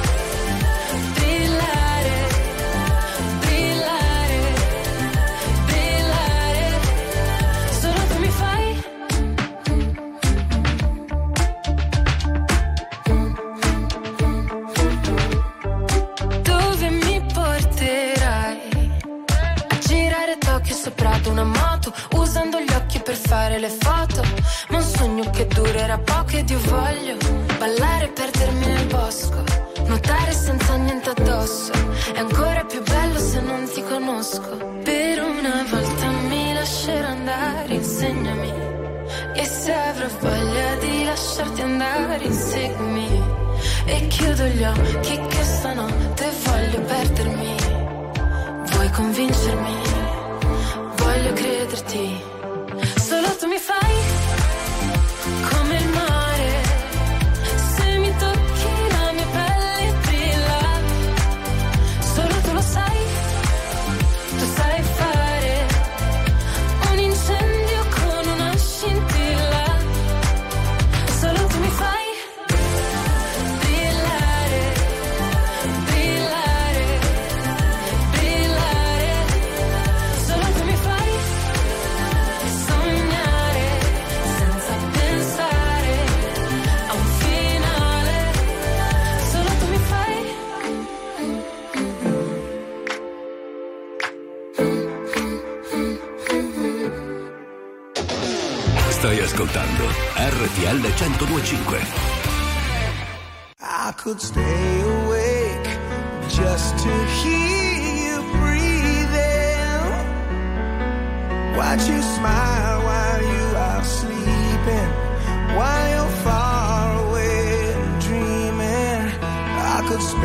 brillare, brillare, brillare. Solo tu mi fai. Dove mi porterai? A girare Tokyo sopra ad una moto, usando gli occhi per fare le foto. Ma un sogno che durerà poco ed io voglio ballare e perdermi nel bosco. Nuotare senza niente addosso è ancora più bello se non ti conosco. Per una volta mi lascerò andare, insegnami. E se avrò voglia di lasciarti andare, inseguimi. E chiudo gli occhi che stanotte voglio perdermi. Vuoi convincermi? Voglio crederti. Solo tu mi fai come il mare. Se mi tocchi la mia pelle brilla. Solo tu lo sai. Tu sai fare un incendio con una scintilla. Solo tu mi fai brillare, brillare, brillare. Solo tu mi fai sognare senza pensare a un finale. Solo tu mi fai. Stai ascoltando R T L centodue e cinque. I could stay awake just to hear you breathing. Watch you smile while you are sleeping, while you're far away and dreaming. I could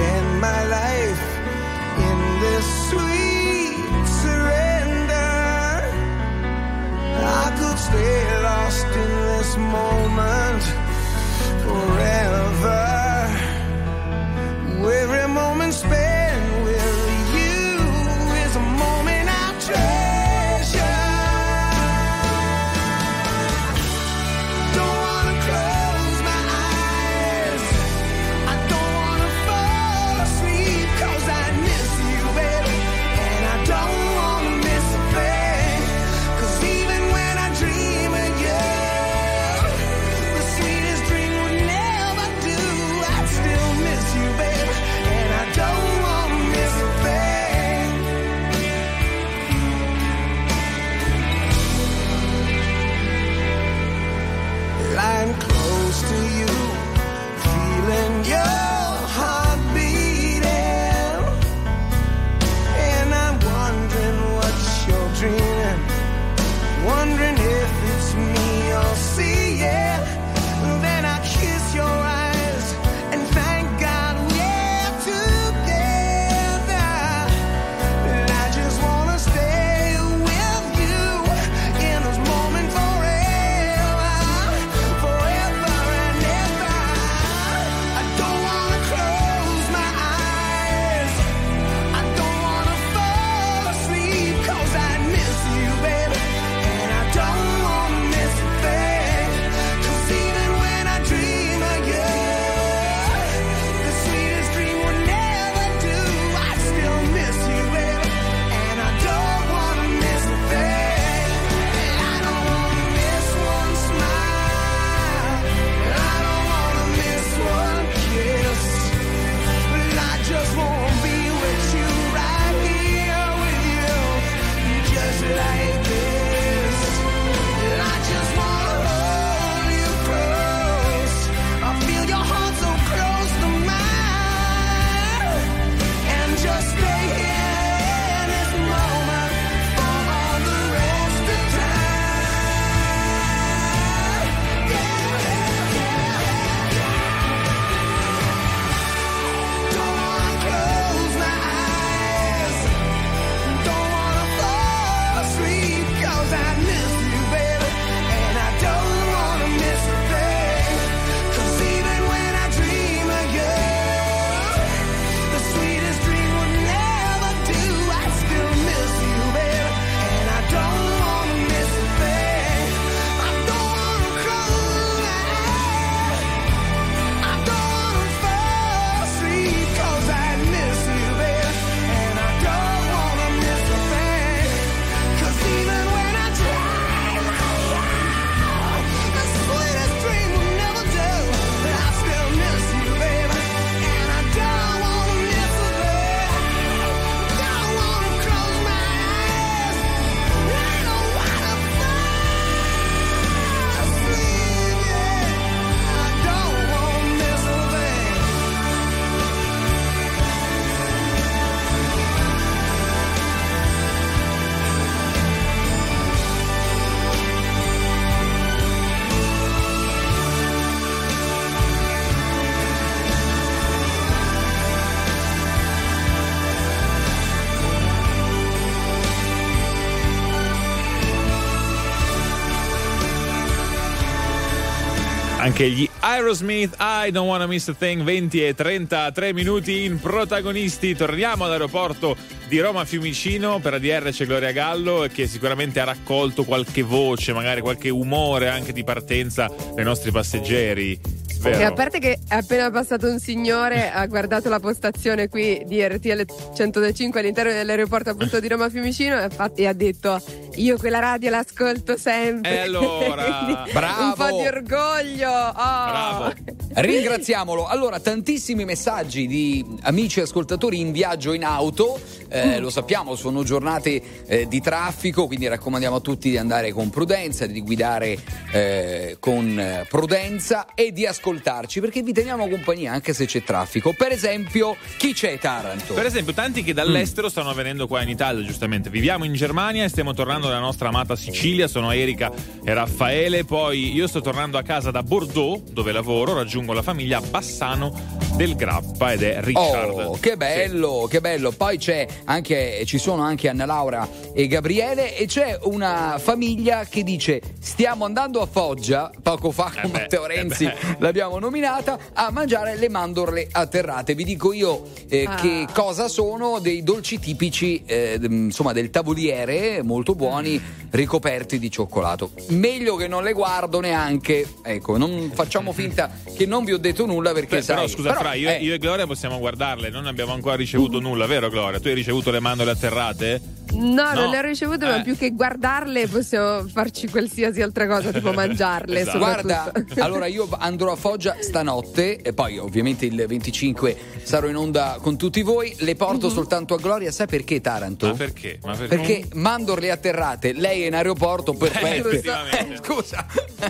anche gli Aerosmith, I Don't Wanna Miss a Thing. Venti e trentatré minuti in Protagonisti. Torniamo all'aeroporto di Roma Fiumicino. Per A D R c'è Gloria Gallo, che sicuramente ha raccolto qualche voce, magari qualche umore anche di partenza dei nostri passeggeri. Vero. E a parte che è appena passato un signore, ha guardato la postazione qui di R T L centodue all'interno dell'aeroporto appunto di Roma Fiumicino e, e ha detto: io quella radio l'ascolto sempre. E allora bravo, un po' di orgoglio. Oh. Bravo. Ringraziamolo. Allora, tantissimi messaggi di amici ascoltatori in viaggio in auto. Eh, lo sappiamo, sono giornate eh, di traffico, quindi raccomandiamo a tutti di andare con prudenza, di guidare eh, con eh, prudenza e di ascoltarci, perché vi teniamo compagnia anche se c'è traffico. Per esempio, chi c'è, Taranto? Per esempio, tanti che dall'estero mm. stanno venendo qua in Italia, giustamente. Viviamo in Germania e stiamo tornando dalla nostra amata Sicilia. Sono Erika e Raffaele. Poi io sto tornando a casa da Bordeaux, dove lavoro. Raggiungo la famiglia a Bassano del Grappa ed è Richard. Oh, che bello, sì. Che bello. Poi c'è anche, ci sono anche Anna Laura e Gabriele, e c'è una famiglia che dice: stiamo andando a Foggia, poco fa con eh beh, Matteo Renzi eh l'abbiamo nominata, a mangiare le mandorle atterrate. Vi dico io eh, ah. che cosa sono: dei dolci tipici eh, insomma del tavoliere, molto buoni, ricoperti di cioccolato. Meglio che non le guardo neanche, ecco, non facciamo finta che non vi ho detto nulla, perché Beh, sai, però scusa, però, Fra, io, eh. io e Gloria possiamo guardarle, non abbiamo ancora ricevuto uh. nulla, vero Gloria? Tu hai ricevuto le mandorle atterrate? No, no, non le ho ricevute, eh. ma più che guardarle possiamo farci qualsiasi altra cosa, tipo mangiarle. Esatto. Guarda, allora io andrò a Foggia stanotte e poi ovviamente il venticinque sarò in onda con tutti voi. Le porto mm-hmm. soltanto a Gloria. Sai perché, Taranto? Ma perché? Ma perché? Perché mandorle atterrate, lei è in aeroporto, perfetto. Eh, scusa.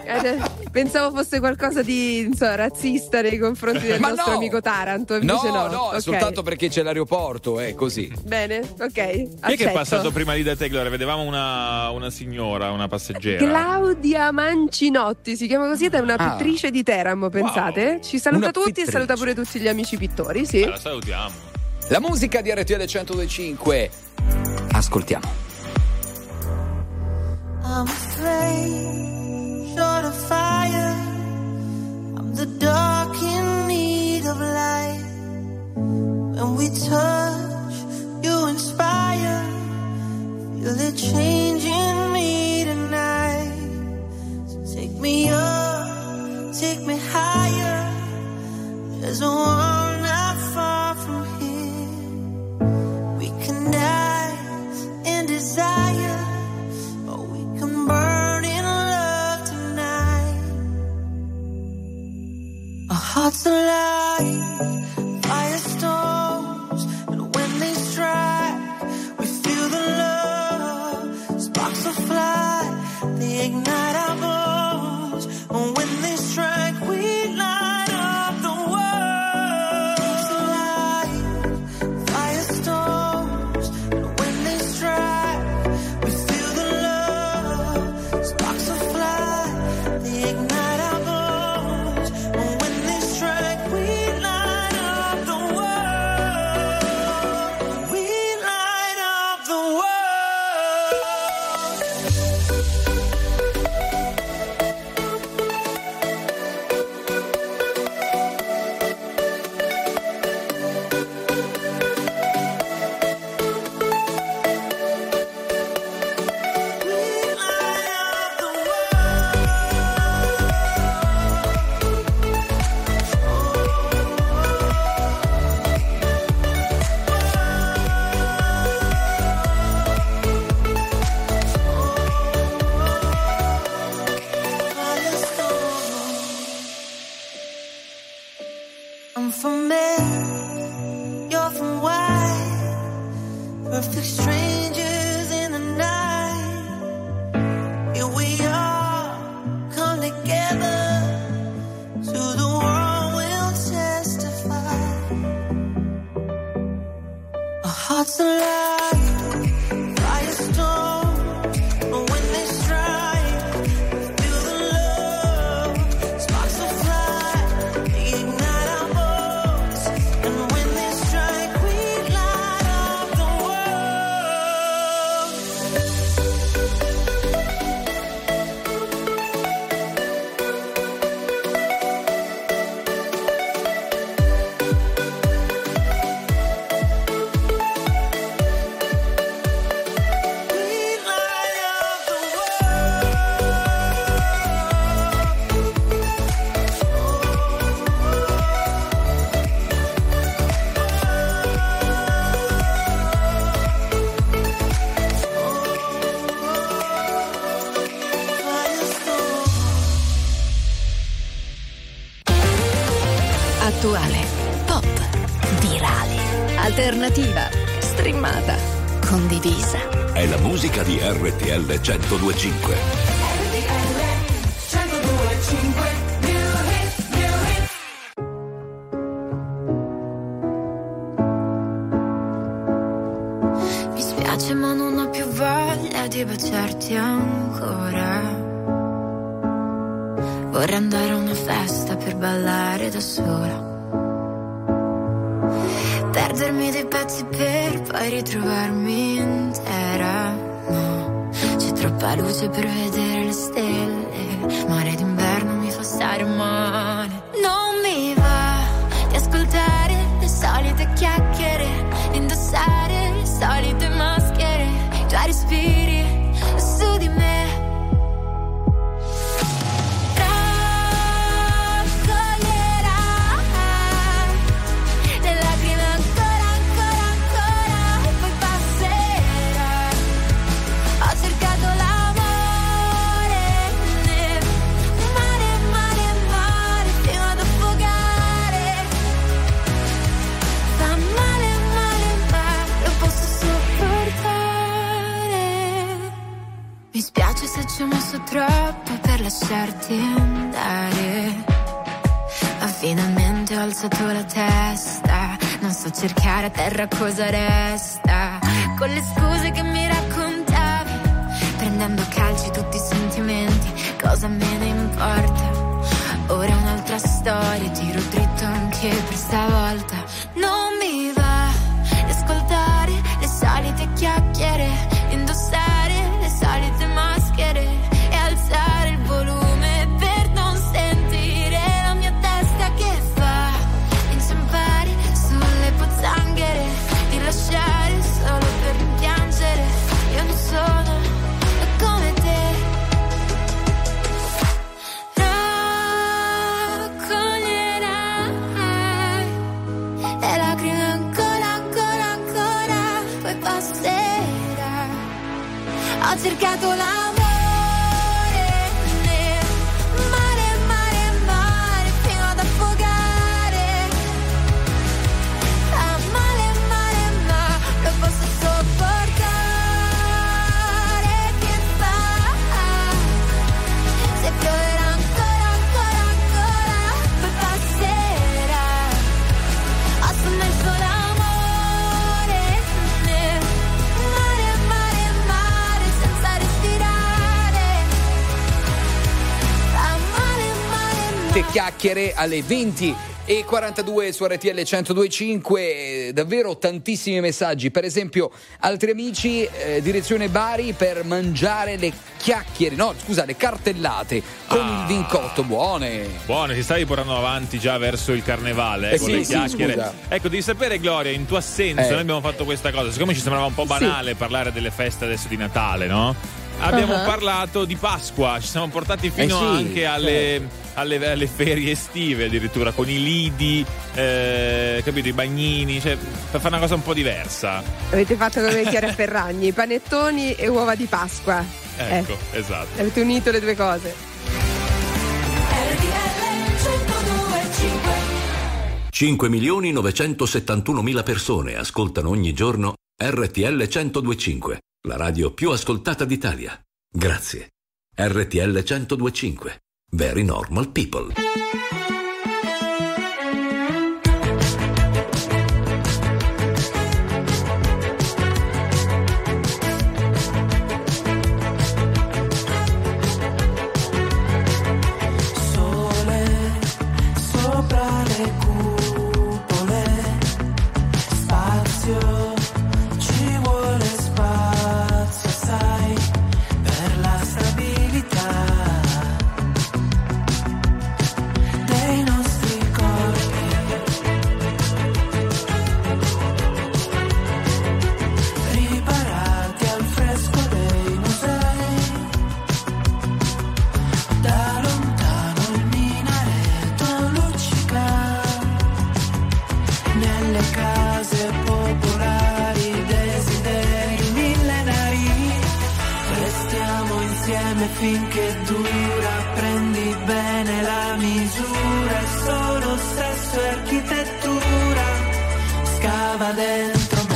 Pensavo fosse qualcosa di insomma, razzista nei confronti del Ma nostro no. amico Taranto. Invece no, no, no, okay. soltanto perché c'è l'aeroporto, è così. Bene, ok. Chi è che è passato prima lì da te, Gloria? Vedevamo una, una signora, una passeggera. Claudia Mancinotti si chiama così, ed è una Ah. pittrice di Teramo, pensate? Wow. Ci saluta Una tutti pittrice. e saluta pure tutti gli amici pittori, sì. Eh, la salutiamo. La musica di R T L centodue e cinque. Ascoltiamo. I'm a flame, short of fire. I'm the dark in need of light. When we touch, you inspire. Feel it changing me tonight. So take me up, take me higher. There's a world not far from here. We can dance in desire, or we can burn in love tonight. Our hearts alive, firestorms, and when they strike, we feel the love. Sparks will fly, they ignite our bones, and when they strike, we light up the world. Hearts alive, firestorms, and when they strike, we feel the love. Sparks will fly, they ignite our bones, and when they strike, we light up the world. We light up the world. I'm from Maine, you're from White. Perfect strangers in the night. Here we are, come together. To the world we'll testify. Our hearts alive, firestorm. But when they strike, feel the love. Sparks will fly, they ignite our bones. And when they strike, we light up the world. informativa, streamata, condivisa. È la musica di R T L centodue e cinque. Mi spiace ma non ho più voglia di baciarti ancora. Vorrei andare a una festa per ballare da sola, perdermi dei pezzi per poi ritrovarmi intera. No, c'è troppa luce per vedere le stelle, mare d'inverno mi fa stare male. Non mi va di ascoltare le solite chiacchiere, indossare le solite maschere, i tuoi respiri su di me. Mi spiace se ci ho messo troppo per lasciarti andare, ma finalmente ho alzato la testa. Non so cercare a terra cosa resta, con le scuse che mi raccontavi, prendendo a calci tutti i sentimenti. Cosa me ne importa? Ora è un'altra storia, tiro dritto anche per stavolta. Non mi va di ascoltare le solite chiacchiere, indossare le solite maschere e alzare il volume per non sentire la mia testa che fa inciampare sulle pozzanghere, di lasciare solo per rimpiangere. Io non sono come te. Raccoglierai le lacrime ancora, ancora, ancora, poi passerà. Ho cercato l'amore nel mare, mare, mare, fino ad affogare. Fa male, male, ma lo posso sopportare. Che fa? Se pioverà ancora, ancora, ancora, poi passerà. Ho sommerso l'amore nel mare, mare, mare, senza respirare. Fa male, male, Le chiacchiere alle venti e quarantadue su R T L centodue e cinque. Eh, davvero tantissimi messaggi. Per esempio, altri amici, eh, direzione Bari per mangiare le chiacchiere, no scusa, le cartellate con Ah. il vincotto. Buone. Buone, si stavi portando avanti già verso il carnevale, eh, Eh con sì, le sì, chiacchiere. scusa. Ecco, devi sapere, Gloria, in tua assenza, Eh. noi abbiamo fatto questa cosa. Siccome ci sembrava un po' banale parlare delle feste adesso di Natale, no? Abbiamo Uh-huh. parlato di Pasqua, ci siamo portati fino Eh sì, anche alle, alle, alle ferie estive, addirittura con i lidi, eh, capito, i bagnini, cioè per fare una cosa un po' diversa. Avete fatto come Chiara Ferragni, panettoni e uova di Pasqua. Ecco, Eh, esatto. avete unito le due cose. cinque milioni novecentosettantunomila persone ascoltano ogni giorno R T L centodue e cinque, la radio più ascoltata d'Italia. Grazie. R T L centodue e cinque. Very normal people. Sole sopra le cupole, spazio, ci vuole spazio, sai, per la stabilità dei nostri corpi. Riparati al fresco dei musei, da lontano il minareto luccica, nelle case popolari desideri millenari. Restiamo insieme finché dura, prendi bene la misura, è solo sesso e architettura, scava dentro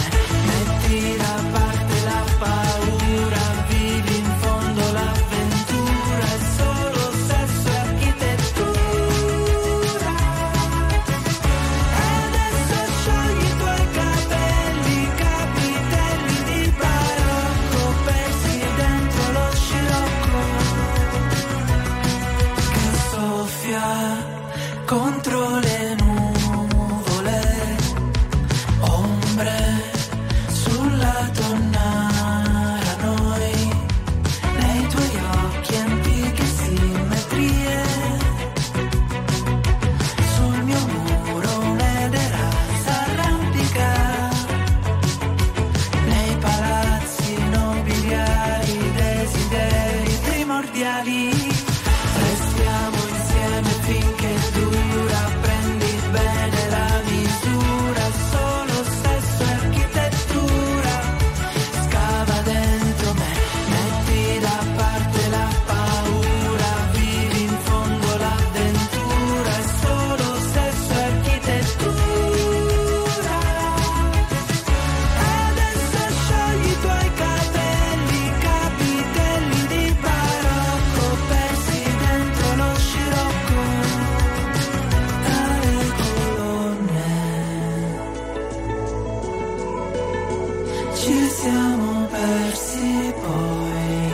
ci siamo persi poi.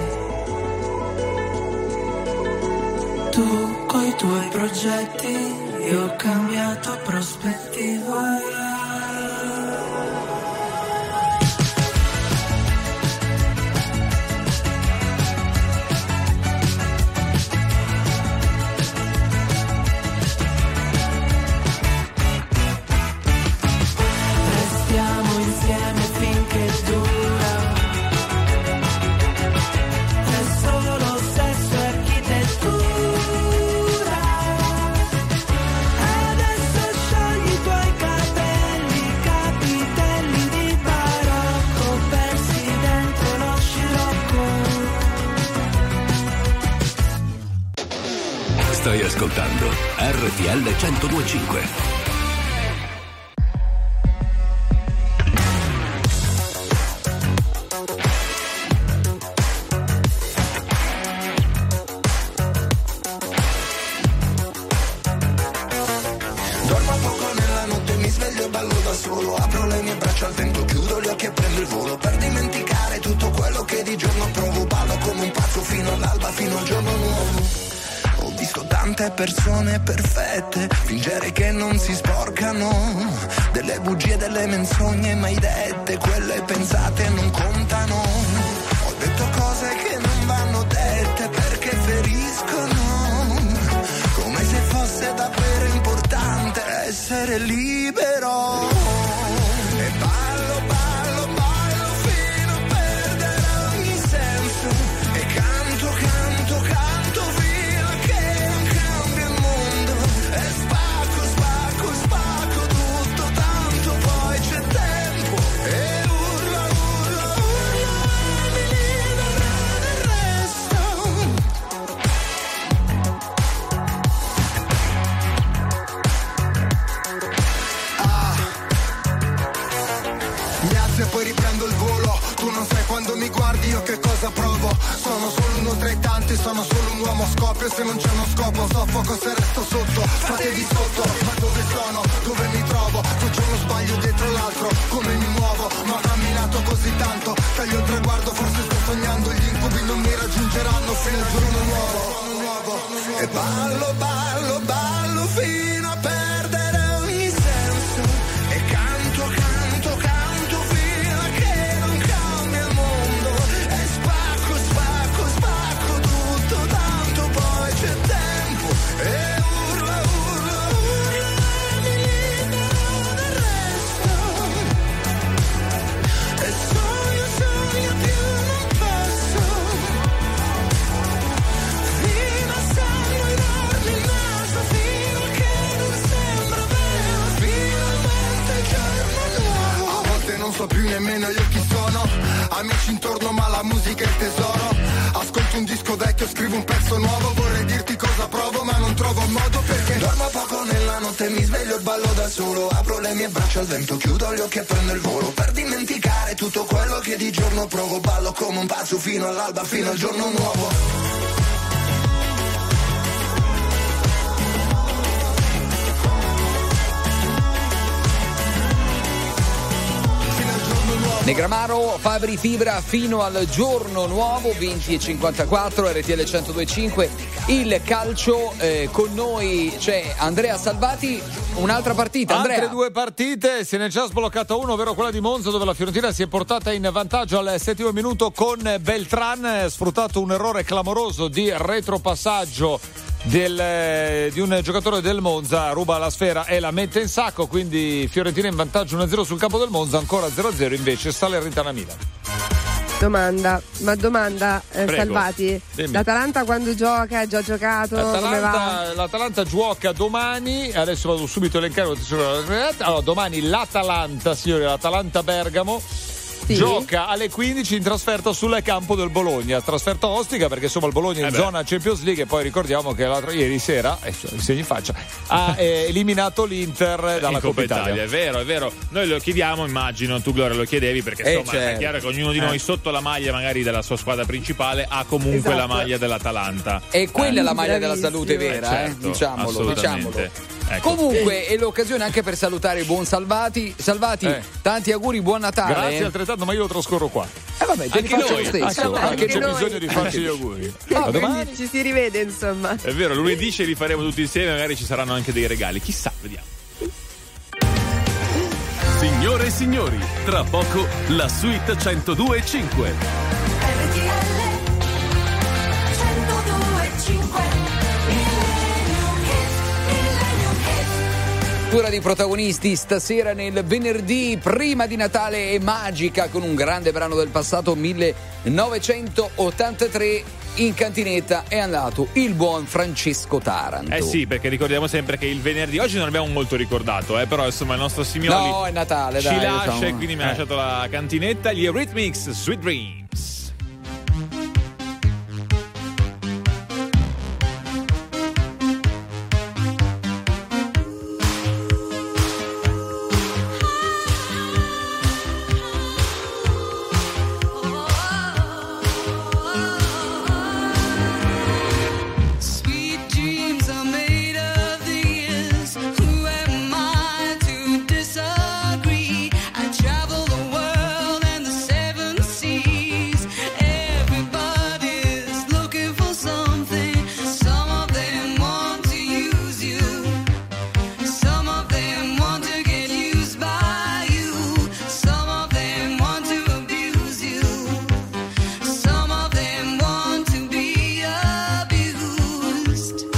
Tu coi tuoi progetti, io ho cambiato prospettiva. Restiamo insieme finché dura. È solo sesso e architettura. Adesso sciogli i tuoi capelli, capitelli di barocco, persi dentro lo scirocco. Stai ascoltando R T L centodue e cinque. Dormo poco nella notte, mi sveglio e ballo da solo. Apro le mie braccia al vento, chiudo gli occhi e prendo il volo. Per dimenticare tutto quello che di giorno provo. Ballo come un pazzo fino all'alba, fino al giorno nuovo. Ho visto tante persone perfette fingere che non si sporcano. Delle bugie, delle menzogne mai dette, quelle pensate non contano. Ho detto cose che non vanno dette perché feriscono. Come se fosse davvero importante essere libero. E ballo, ballo, ballo fino a perdere ogni senso. E canto, canto, canto fino a che non cambia il mondo. E spacco, spacco, spacco tutto, tanto poi c'è tempo. E urla, urla, urla, mi libero del resto. Mi alzo e poi riprendo il volo. Tu non sai quando mi guardi io che cosa provo. Sono solo uno tra i tanti, sono solo un uomo a scoppio. Se non c'è uno scopo soffoco se resto sotto. Fatevi sotto, ma dove sono? Dove mi trovo? Faccio uno sbaglio dietro l'altro. Come mi muovo? Ma ho camminato così tanto. Taglio il traguardo, forse sto sognando. Gli incubi non mi raggiungeranno fino al giorno nuovo. E ballo, ballo, ballo fino a perdere ogni senso. E canto, canto, canto fino a che non cambia il mondo. E spacco, spacco, spacco tutto, tanto poi c'è tempo. E urla, urla, urla, mi libero del resto. E sogno, sogno più non posso. Fino a sangue enorme il naso, fino a che non sembra vero. Finalmente il giorno nuovo. A volte non so più nemmeno io chi sono. Amici intorno ma la musica è il tesoro. Ascolto un disco vecchio, scrivo un pezzo nuovo. Vorrei dirti cosa provo ma non trovo modo perché dormo poco nella notte, mi sveglio e ballo da solo. Apro le mie braccia al vento, chiudo gli occhi e prendo il volo. Per dimenticare tutto quello che di giorno provo. Ballo come un pazzo fino all'alba, fino al giorno nuovo. Negramaro, Fabri Fibra fino al giorno nuovo, venti e cinquantaquattro, R T L centodue e cinque, il calcio, eh, con noi c'è Andrea Salvati, un'altra partita, Andrea. Altre due partite, se ne è già sbloccata una, ovvero quella di Monza dove la Fiorentina si è portata in vantaggio al settimo minuto con Beltran, sfruttato un errore clamoroso di retropassaggio Del, di un giocatore del Monza, ruba la sfera e la mette in sacco, quindi Fiorentina in vantaggio uno a zero sul campo del Monza, ancora zero a zero invece Salernitana Milan. Domanda, ma domanda eh, Prego, Salvati, dimmi. l'Atalanta quando gioca, ha già giocato, come va? L'Atalanta, l'Atalanta gioca domani, adesso vado subito a elencare. Allora, domani l'Atalanta, signore, l'Atalanta Bergamo. Sì. Gioca alle quindici in trasferta sul campo del Bologna, trasferta ostica perché insomma il Bologna è in Eh zona Champions League e poi ricordiamo che l'altro ieri sera, eh, segni in faccia, ha eh, eliminato l'Inter dalla in Coppa Italia. È vero, è vero. Noi lo chiediamo, immagino, tu Gloria lo chiedevi perché Eh, insomma certo. è chiaro che ognuno di noi Eh. sotto la maglia magari della sua squadra principale ha comunque Esatto. la maglia dell'Atalanta. E quella è la maglia Bravissimo. della salute vera, Certo, eh? diciamolo, assolutamente. diciamolo. Ecco. Comunque è l'occasione anche per salutare il buon Salvati. Salvati, Eh. tanti auguri, buon Natale. Grazie altrettanto, ma io lo trascorro qua. Eh vabbè, te li Anche faccio noi. lo stesso. Ah, Anche non c'è noi. bisogno di farci gli auguri. A Quindi domani. ci si rivede, insomma. È vero, lunedì ce li faremo tutti insieme, magari ci saranno anche dei regali. Chissà, vediamo. Signore e signori, tra poco la suite centodue e cinque. R T L centodue e cinque. Millennium Hit, Millennium Hit. Cultura di protagonisti stasera nel venerdì prima di Natale è magica con un grande brano del passato millenovecentottantatré. In cantinetta è andato il buon Francesco Taranto. Eh sì, perché ricordiamo sempre che il venerdì, oggi non abbiamo molto ricordato, eh, però insomma il nostro Simioli No, è Natale, ci dai, lascia diciamo. e quindi mi ha Eh. lasciato la cantinetta, gli Eurythmics, Sweet Dreams. Sweet dreams are made of these. Who am I to disagree? I travel the world and the seven seas. Everybody's looking for something. Some of them want to use you. Some of them want to get used by you. Some of them want to abuse you. Some of them want to be abused.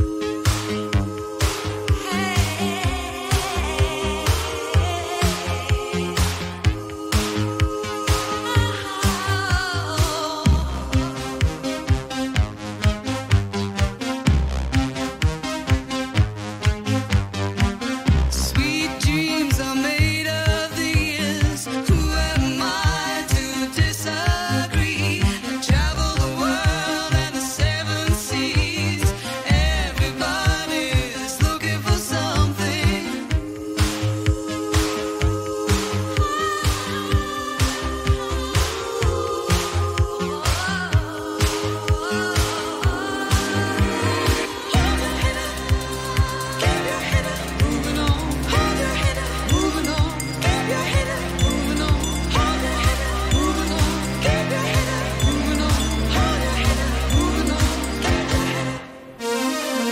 Sweet dreams are made of these. Who am I to disagree? I travel the world and the seven seas. Everybody's looking for something. Keep your head up, moving on. Hold your head up, moving on. Keep your head up, moving on. Hold your head up, moving on. Keep your head up, moving on. Hold your head up, moving on. Keep your head up.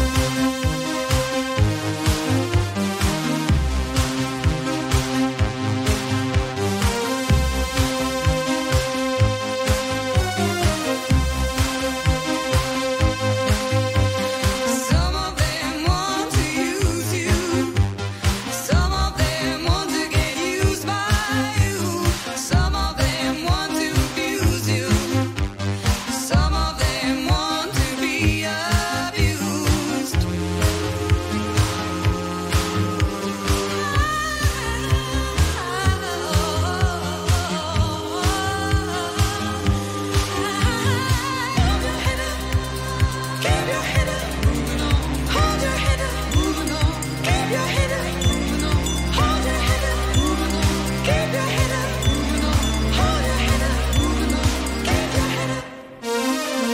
Some of them want to use you. Some of them want to get used by you. Some of them want to abuse you. Some of them want to be abused. Keep your head up, moving on. Hold your head up, moving on. Keep your head up, moving on. Hold your head up, moving on. Keep your head up, moving on. Hold your head up, moving on. Keep your head up.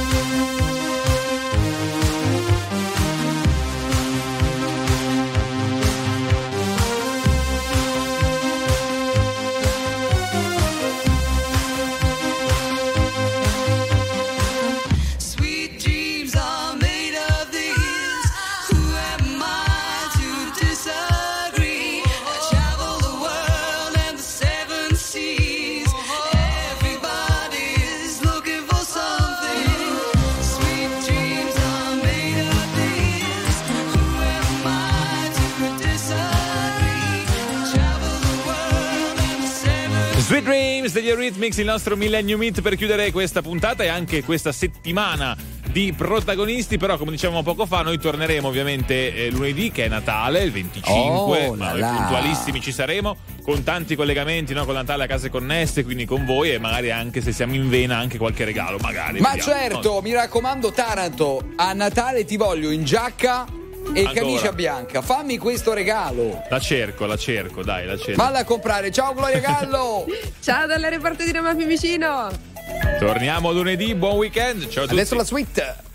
Sweet dreams are made of these. Who am I to disagree? I travel the world and the seven seas. Everybody's looking for something. Sweet dreams are made of these. Who am I to disagree? I travel the world and the seven Sweet Dreams degli Eurythmics, il nostro Millennium Hit per chiudere questa puntata e anche questa settimana di protagonisti. Però come dicevamo poco fa, noi torneremo ovviamente eh, lunedì, che è Natale, il venticinque, Oh, ma là noi là. puntualissimi ci saremo con tanti collegamenti, no? Con Natale a case connesse, quindi con voi, e magari anche se siamo in vena anche qualche regalo, magari. Ma vediamo. certo, mi raccomando Taranto, a Natale ti voglio in giacca e Ancora. camicia bianca. Fammi questo regalo. La cerco, la cerco, dai, la cerco. Valla a comprare. Ciao Gloria Gallo. Ciao dall'aeroporto di Roma Fiumicino. Torniamo lunedì, buon weekend, ciao a tutti. Adesso la suite.